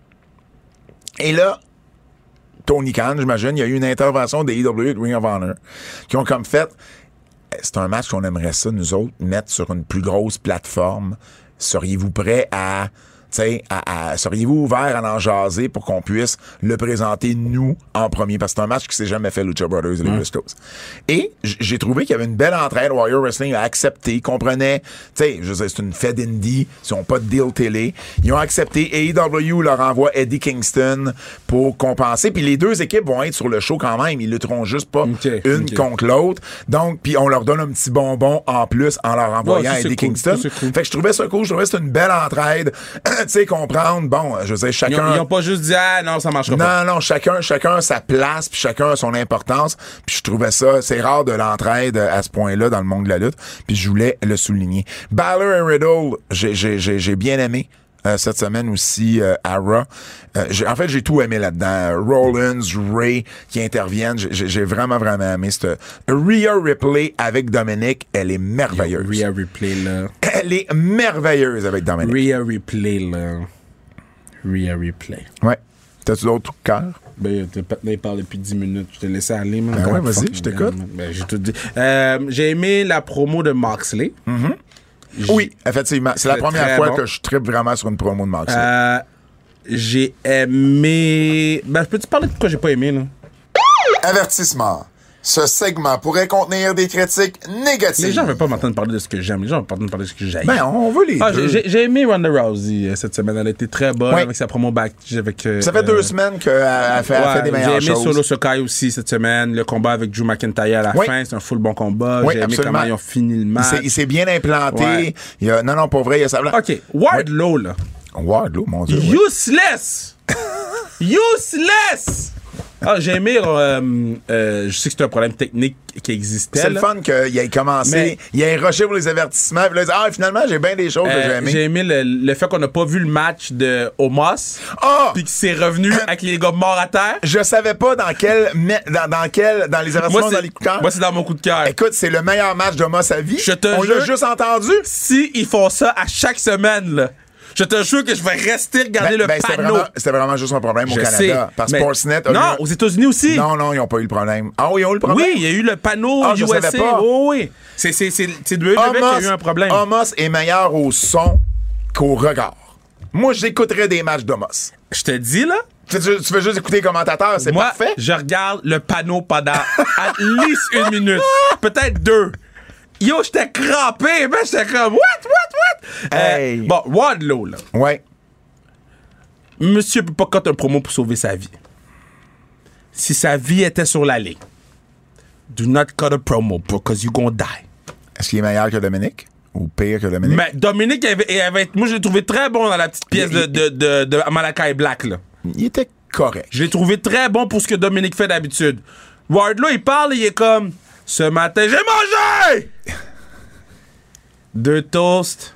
Et là, Tony Khan, j'imagine, il y a eu une intervention des E W et de Ring of Honor qui ont comme fait, c'est un match qu'on aimerait ça, nous autres, mettre sur une plus grosse plateforme. Seriez-vous prêts à, tu sais, à, à- seriez-vous ouvert à en jaser pour qu'on puisse le présenter, nous, en premier? Parce que c'est un match qui s'est jamais fait, Lucha Brothers et les Briscoes. Et j- j'ai trouvé qu'il y avait une belle entraide. Warrior Wrestling a accepté, comprenait, tu sais, je sais, c'est une fed indie, ils n'ont pas de deal télé. Ils ont accepté. A E W leur envoie Eddie Kingston pour compenser. Puis les deux équipes vont être sur le show quand même. Ils lutteront juste pas Ok, une ok. contre l'autre. Donc, puis on leur donne un petit bonbon en plus en leur envoyant Ouais, ça, c'est Eddie cool. Kingston. Ça, c'est cool. Fait que je trouvais ça cool. Je trouvais que c'était une belle entraide. tu sais, comprendre, bon, je veux dire, chacun... Ils ont, ils ont pas juste dit, ah non, ça marchera non, pas. Non, non, chacun, chacun a sa place, puis chacun a son importance, puis je trouvais ça, c'est rare de l'entraide à ce point-là dans le monde de la lutte, puis je voulais le souligner. Balor et Riddle, j'ai, j'ai, j'ai, j'ai bien aimé. Euh, cette semaine aussi euh, à Raw. Euh, j'ai, en fait, j'ai tout aimé là-dedans. Rollins, Ray qui interviennent. J'ai, j'ai vraiment, vraiment aimé cette Rhea Ripley avec Dominic. Elle est merveilleuse. Rhea Ripley, là. Elle est merveilleuse avec Dominic. Rhea Ripley, là. Rhea Ripley. Ouais. T'as-tu d'autres trucs cœur? Ben, t'es pas tenu parler depuis dix minutes. Je t'ai laissé aller, man. Ben ouais, vas-y, je t'écoute. Ben, j'ai tout dit. Euh, j'ai aimé la promo de Moxley. Mm-hmm. Oui, effectivement. C'est la première fois bon. que je trippe vraiment sur une promo de Moxley. Euh, j'ai aimé... Ben, peux-tu parler de pourquoi j'ai pas aimé, là? Avertissement. Ce segment pourrait contenir des critiques négatives. Les gens veulent pas m'entendre parler de ce que j'aime. Les gens veulent pas m'entendre parler de ce que j'aime. Ben, on veut les ah, deux. J'ai, j'ai aimé Ronda Rousey euh, cette semaine. Elle a été très bonne oui. avec sa promo back. Avec, euh, Ça fait deux euh, semaines qu'elle a fait, ouais, fait des meilleures choses. J'ai aimé Solo Sikoa aussi cette semaine. Le combat avec Drew McIntyre à la oui. fin, c'est un full bon combat. Oui, j'ai aimé absolument. comment ils ont fini le match. Il s'est, il s'est bien implanté. Ouais. Il a, non, non, pas vrai, il a sa... OK, Wardlow, là. Wardlow, mon Dieu. Useless! Useless! Ah, j'ai aimé, euh, euh, je sais que c'est un problème technique qui existait. C'est là. le fun qu'il ait commencé, mais, il ait rushé pour les avertissements, puis là, il dit, ah, finalement, j'ai bien des choses euh, que j'ai aimées. J'ai aimé le, le fait qu'on n'a pas vu le match de Omos, oh! puis qu'il s'est revenu avec les gars morts à terre. Je savais pas dans quel, dans, dans quel, dans les avertissements, dans les coups de cœur. Moi, c'est dans mon coup de cœur. Écoute, c'est le meilleur match d'Omos à vie. Je te On jure, l'a juste entendu. Si ils font ça à chaque semaine, là. Je te jure que je vais rester regarder ben, le ben, panneau. C'était vraiment, c'était vraiment juste un problème au je Canada. Sais, parce que Sportsnet a non, eu... aux États-Unis aussi. Non, non, ils n'ont pas eu le problème. Ah oui, ils ont eu le problème? Oui, il y a eu le panneau ah, U S A. Oh, oui, c'est, c'est, c'est, c'est W W E qui a eu un problème. Omos est meilleur au son qu'au regard. Moi, j'écouterais des matchs d'Omos. Je te dis, là. Tu, tu, tu veux juste écouter les commentateurs, c'est Moi, parfait. Je regarde le panneau pendant at least une minute. Peut-être deux. Yo, j'étais crampé, ben j'étais comme, what, what, what? Hey. Euh, bon, Wardlow, là. Ouais. Monsieur peut pas coter un promo pour sauver sa vie. Si sa vie était sur la ligne, do not cut a promo because you gonna die. Est-ce qu'il est meilleur que Dominic? Ou pire que Dominic? Mais Dominic, avait, il avait, moi, je l'ai trouvé très bon dans la petite pièce il, de, de, de, de Malakai Black, là. Il était correct. Je l'ai trouvé très bon pour ce que Dominic fait d'habitude. Wardlow, il parle, il est comme, ce matin, j'ai mangé! Deux toasts.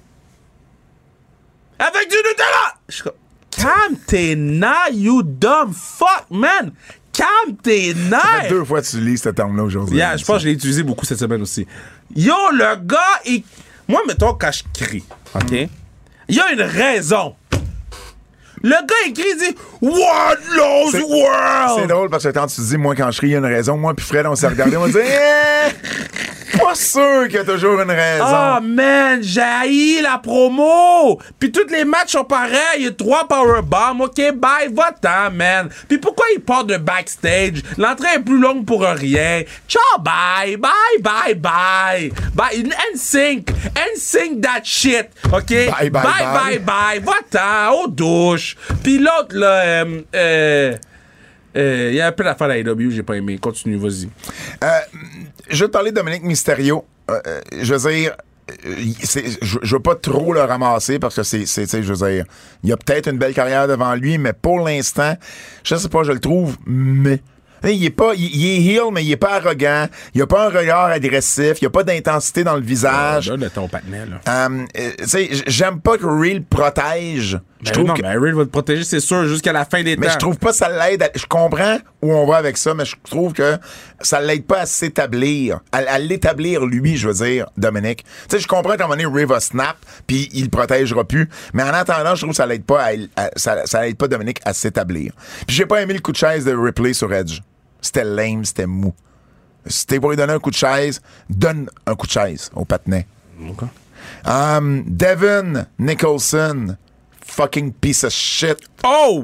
Avec du Nutella! Je suis comme, calme tes nerfs, you dumb fuck, man! Calme tes nerfs! Ça fait deux fois que tu lis ce terme-là aujourd'hui. Yeah, je pense que je l'ai utilisé beaucoup cette semaine aussi. Yo, le gars, il... Moi, mettons, quand je crie, OK? Il mm. y a une raison. Le gars, il crie, il dit « Wardlow's c'est, World! » C'est drôle parce que quand tu dis « Moi, quand je crie, il y a une raison. » Moi puis Fred, on s'est regardé, on a dit eh, pas sûr qu'il y a toujours une raison. Oh, man, j'ai haï la promo! Puis tous les matchs sont pareils. Il y a trois powerbombs. OK, bye, va-t'en, man. Puis pourquoi il part de backstage? L'entrée est plus longue pour rien. Ciao, bye, bye, bye, bye. Bye, N sync. N sync that shit. OK? Bye, bye, bye. Bye, bye, bye. Va-t'en, aux douches. Puis l'autre, là, euh, euh, euh, il y a un peu d'affaires à A E W, j'ai pas aimé. Continue, vas-y. Euh, je vais te parler de Dominic Mysterio. Euh, je veux dire, c'est, je, je veux pas trop le ramasser parce que c'est, c'est, je veux dire, il y a peut-être une belle carrière devant lui, mais pour l'instant, je sais pas, je le trouve, mais... Il est pas, il, il est heel, mais il est pas arrogant. Il a pas un regard agressif. Il a pas d'intensité dans le visage. Là, le ton patinet, là. Um, tu sais, j'aime pas que Ray le protège. Ben je trouve non, que... mais Ray va te protéger, c'est sûr, jusqu'à la fin des mais temps. Mais je trouve pas que ça l'aide. À... Je comprends où on va avec ça, mais je trouve que ça l'aide pas à s'établir, à, à l'établir lui, je veux dire, Dominic. Tu sais, je comprends qu'à un moment donné, Ray va snap, puis il le protégera plus. Mais en attendant, je trouve que ça l'aide pas, à, à, ça, ça l'aide pas Dominic à s'établir. Puis j'ai pas aimé le coup de chaise de Ripley sur Edge. C'était lame, c'était mou. Si t'es pour lui donner un coup de chaise, donne un coup de chaise au patinet. Okay. Um, Devin Nicholson, fucking piece of shit. Oh!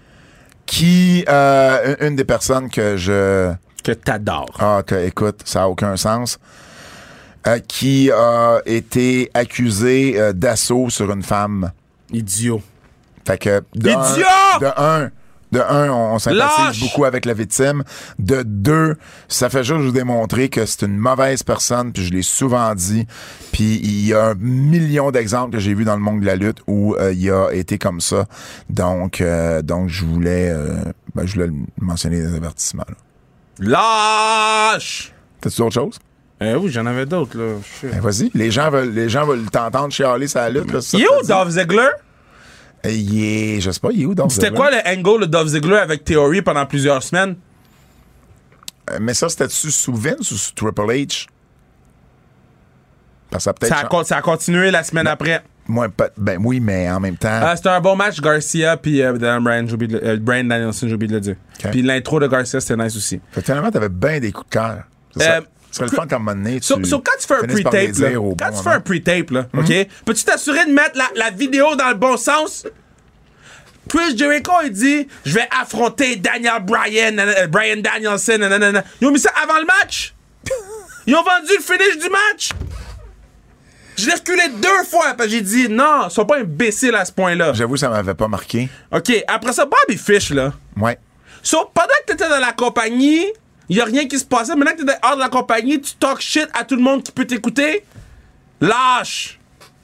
Qui, euh, une des personnes que je... Que t'adores. Ah, que, écoute, ça n'a aucun sens. Euh, qui a été accusé euh, d'assaut sur une femme. Idiot. Fait que... De Idiot! Un, de un, De un, on, on sympathise Lâche! beaucoup avec la victime. De deux, ça fait juste vous démontrer que c'est une mauvaise personne, puis je l'ai souvent dit. Puis il y a un million d'exemples que j'ai vus dans le monde de la lutte où euh, il a été comme ça. Donc, euh, donc je voulais, euh, ben, je voulais mentionner des avertissements. Là. Lâche! T'as-tu d'autres choses? Eh oui, j'en avais d'autres, là. Shit. Ben, vas-y. Les gens veulent, les gens veulent t'entendre chialer sa lutte. Là, ça Il est que où, t'as dit? Dolph Ziggler? Il est, je sais pas, il est où Dolph C'était Ziggler? quoi le angle de Dolph Ziggler avec Theory pendant plusieurs semaines? Euh, Mais ça, c'était-tu sous Vince ou sous Triple H? Parce que ça a peut-être Ça a, changé. con- ça a continué la semaine après. Moi, pas- ben oui, mais en même temps. Ah, c'était un bon match, Garcia puis euh, Dan Bryan, j'ai oublié de le- euh, Bryan Danielson, j'ai oublié de le dire. Ok. Puis l'intro de Garcia, c'était nice aussi. Fait que finalement, t'avais bien des coups de cœur. C'est ça. Euh, Ce serait le fun comme donné. So, so quand tu fais un finisses par les pre-tape, là, dire au quand bon tu fais moment. un pre-tape, là, OK? Peux-tu t'assurer de mettre la, la vidéo dans le bon sens? Chris Jericho, il dit, je vais affronter Daniel Bryan, nanana, euh, Bryan Danielson, nanana. Ils ont mis ça avant le match. Ils ont vendu le finish du match. Je l'ai reculé deux fois, parce que j'ai dit, non, ils sont pas imbéciles à ce point-là. J'avoue, ça m'avait pas marqué. OK, après ça, Bobby Fish, là. Ouais. So, pendant que t'étais dans la compagnie, il y a rien qui se passait. Maintenant que t'es hors de la compagnie, tu talk shit à tout le monde qui peut t'écouter. Lâche!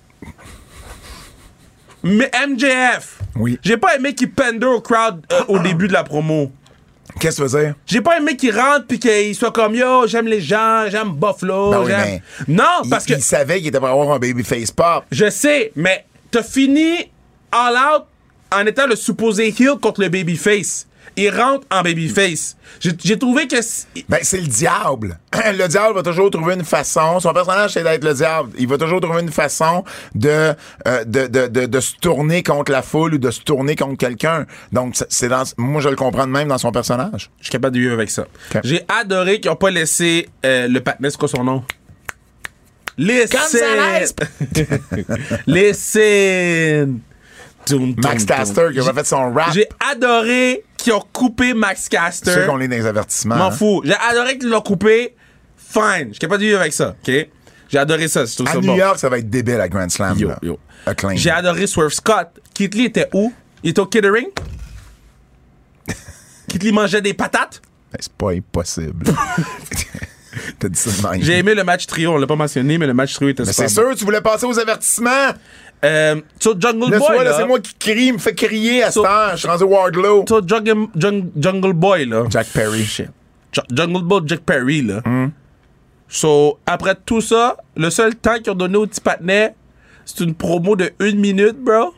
Mais M J F. Oui. J'ai pas aimé qu'il pender au crowd euh, au début de la promo. Qu'est-ce que tu veux dire? J'ai pas aimé qu'il rentre pis qu'il soit comme yo, j'aime les gens, j'aime Buffalo. Ben oui, j'aime... mais Non, Il, parce que il savait qu'il était pour avoir un babyface pop. je sais, mais t'as fini All Out en étant le supposé heel contre le babyface. Il rentre en babyface. J'ai, j'ai trouvé que... c- Ben, c'est le diable. Le diable va toujours trouver une façon. Son personnage, c'est d'être le diable. Il va toujours trouver une façon de, euh, de, de, de, de se tourner contre la foule ou de se tourner contre quelqu'un. Donc, c'est- c'est dans, moi, je le comprends de même dans son personnage. Je suis capable de vivre avec ça. Ok. J'ai adoré qu'ils n'ont pas laissé euh, le patinet, c'est quoi son nom? Gonzalez! Listen! Listen! Toum, toum, Max toum. Caster, qui a J'ai- fait son rap. J'ai adoré qu'ils ont coupé Max Caster. Ceux qu'on est dans les avertissements. M'en hein. fous. J'ai adoré qu'ils l'ont coupé. Fine. Je suis capable de vivre avec ça. OK? J'ai adoré ça. Je trouve À ça New bon. York, ça va être débile à Grand Slam. Yo, là. yo. Acclaim. J'ai adoré Swerve Scott. Kit Lee était où? Il était au Kiddering? Kit Lee mangeait des patates? Ben, c'est pas impossible. T'as dit ça de même. J'ai aimé le match trio. On l'a pas mentionné, mais le match trio était Mais super c'est bon. sûr, tu voulais passer aux avertissements. Euh, sur Jungle Le Boy, soir, là, là. c'est moi qui crie, il me fait crier à So- cette heure. Je suis rendu Wardlow. Sur Jungle, Jung- Jungle Boy, là. Jack Perry. Shit. Ju- Jungle Boy, Jack Perry, là. So, après tout ça, le seul temps qu'ils ont donné au petit patinet, c'est une promo de une minute, bro.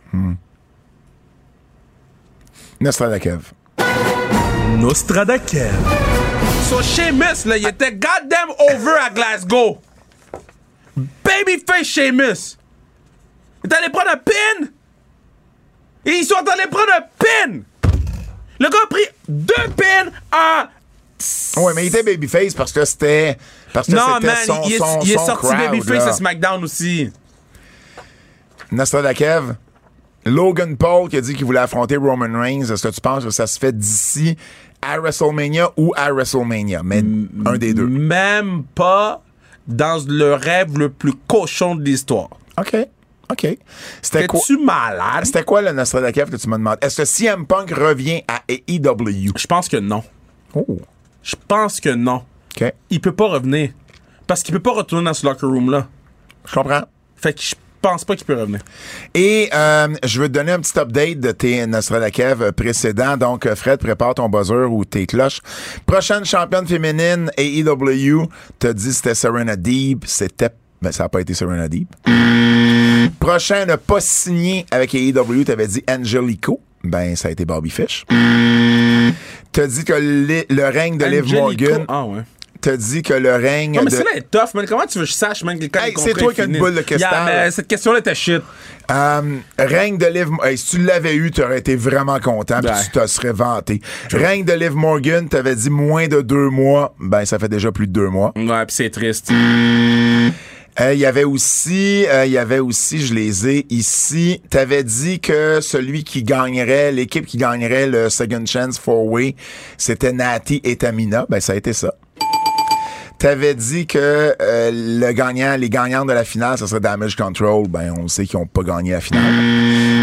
Nostradakev. Nostradakev. So, Sheamus, là, il était goddamn over à Glasgow. Babyface Sheamus. Il est allé prendre un pin. Et ils sont allés prendre un pin. Le gars a pris deux pins en... Ouais, mais il était babyface parce que c'était. Parce que Non, c'était man, son, il est, son, il est son sorti crowd, Babyface là. à SmackDown aussi. Nostradakev. Logan Paul qui a dit qu'il voulait affronter Roman Reigns. Est-ce que tu penses que ça se fait d'ici à WrestleMania ou à WrestleMania? Mais un des deux. Même pas dans le rêve le plus cochon de l'histoire. OK. OK. C'était quoi? Es-tu malade? C'était quoi le Nostradakev que tu m'as demandé? Est-ce que C M Punk revient à A E W? Je pense que non. Oh. Je pense que non. OK. Il peut pas revenir. Parce qu'il peut pas retourner dans ce locker room-là. Je comprends. Fait que je pense pas qu'il peut revenir. Et euh, je veux te donner un petit update de tes Nostradakev précédents. Donc, euh, Fred, prépare ton buzzer ou tes cloches. Prochaine championne féminine A E W, t'as dit c'était Serena Deeb. C'était... Ben, ça n'a pas été Serena Deeb. Prochain ne pas signé avec A E W, t'avais dit Angelico. Ben, ça a été Bobby Fish. T'as dit que le, le règne de Liv Angelico- Morgan... Ah ouais. T'as dit que le règne Non, mais de... celle-là est tough, man. Comment tu veux que je sache, man, que quand Hey, les c'est contrats toi qui as une finissent? boule de cristal. Yeah, mais cette question-là était shit. Euh, règne de Liv... Hey, si tu l'avais eu, tu aurais été vraiment content puis Ouais. tu te serais vanté. Règne de Liv Morgan, t'avais dit moins de deux mois. Ben, ça fait déjà plus de deux mois. Ouais, pis c'est triste. Euh, Il y avait aussi, euh, il y avait aussi, je les ai ici, t'avais dit que celui qui gagnerait, l'équipe qui gagnerait le Second Chance four-way, c'était Natty et Tamina. Ben, ça a été ça. T'avais dit que euh, le gagnant, les gagnants de la finale, ça serait Damage Control. Ben, on sait qu'ils ont pas gagné la finale.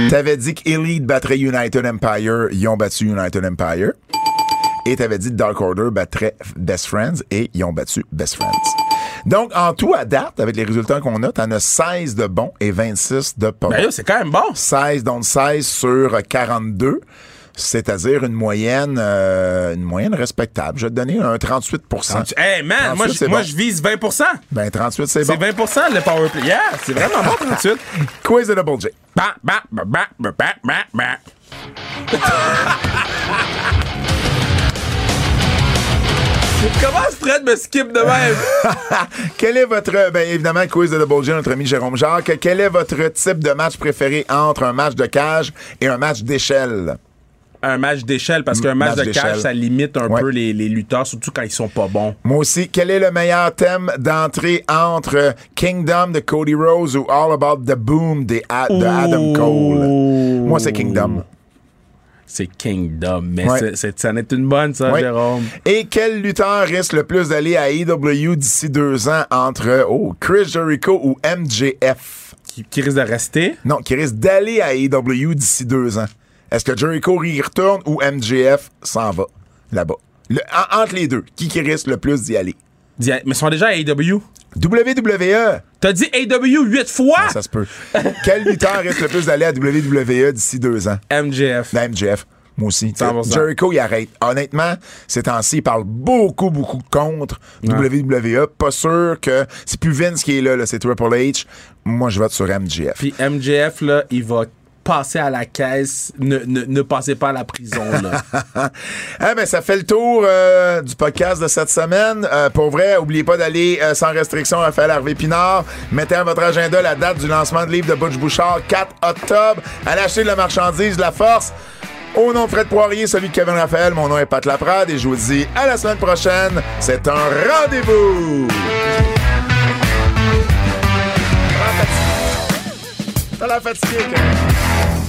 T'avais dit qu'Elite battrait United Empire. Ils ont battu United Empire. Et t'avais dit Dark Order battrait Best Friends. Et ils ont battu Best Friends. Donc, en tout, à date, avec les résultats qu'on a, t'en as seize de bons et vingt-six de pas bons. Ben, yo, c'est quand même bon. seize, donc seize sur quarante-deux. C'est-à-dire une moyenne euh, une moyenne respectable. Je vais te donner un trente-huit pour cent. Hey, man, moi, je, moi bon. je vise vingt pour cent. Ben, trente-huit, c'est bon. C'est vingt pour cent le power play. Yeah, c'est vraiment bon, trente-huit. Quiz de Double J. Ba, ba, ba, ba, ba, ba, ba, ba. Comment Fred me skip de même? Quel est votre... Ben, évidemment, quiz de Double J, notre ami Jérôme Jacques. Quel est votre type de match préféré entre un match de cage et un match d'échelle? Un match d'échelle, parce qu'un match, match de cage, ça limite un ouais. peu les, les lutteurs, surtout quand ils sont pas bons. Moi aussi. Quel est le meilleur thème d'entrée entre Kingdom de Cody Rhodes ou All About the Boom de, A- de Adam Cole? Moi, c'est Kingdom. C'est Kingdom, mais ouais. c'est, c'est, ça en est une bonne, ça, ouais. Jérôme. Et quel lutteur risque le plus d'aller à A E W d'ici deux ans entre oh, Chris Jericho ou M J F? Qui, qui risque de rester? Non, qui risque d'aller à A E W d'ici deux ans. Est-ce que Jericho y retourne ou M J F s'en va là-bas? Le, en, entre les deux, qui, qui risque le plus d'y aller? D'y aller. Mais ils sont déjà à A E W? W W E. T'as dit A E W huit fois? Non, ça se peut. Quel lutteur risque le plus d'aller à W W E d'ici deux ans? M J F. Ben, M J F. Moi aussi. cent pour cent. Jericho, il arrête. Honnêtement, ces temps-ci, il parle beaucoup, beaucoup contre ouais. W W E. Pas sûr que... C'est plus Vince qui est là, là, c'est Triple H. Moi, je vote sur M J F. Puis M J F, là, il va... passer à la caisse, ne, ne, ne passez pas à la prison, là. ah ben, ça fait le tour euh, du podcast de cette semaine. Euh, pour vrai, oubliez pas d'aller euh, sans restriction à Raphaël Harvey Pinard. Mettez à votre agenda la date du lancement de livre de Butch Bouchard, quatre octobre. Allez acheter de la marchandise, de la force. Au nom de Fred Poirier, celui de Kevin Raphaël, mon nom est Pat Laprade et je vous dis à la semaine prochaine. C'est un rendez-vous! T'as la fatigue. T'as la fatigue.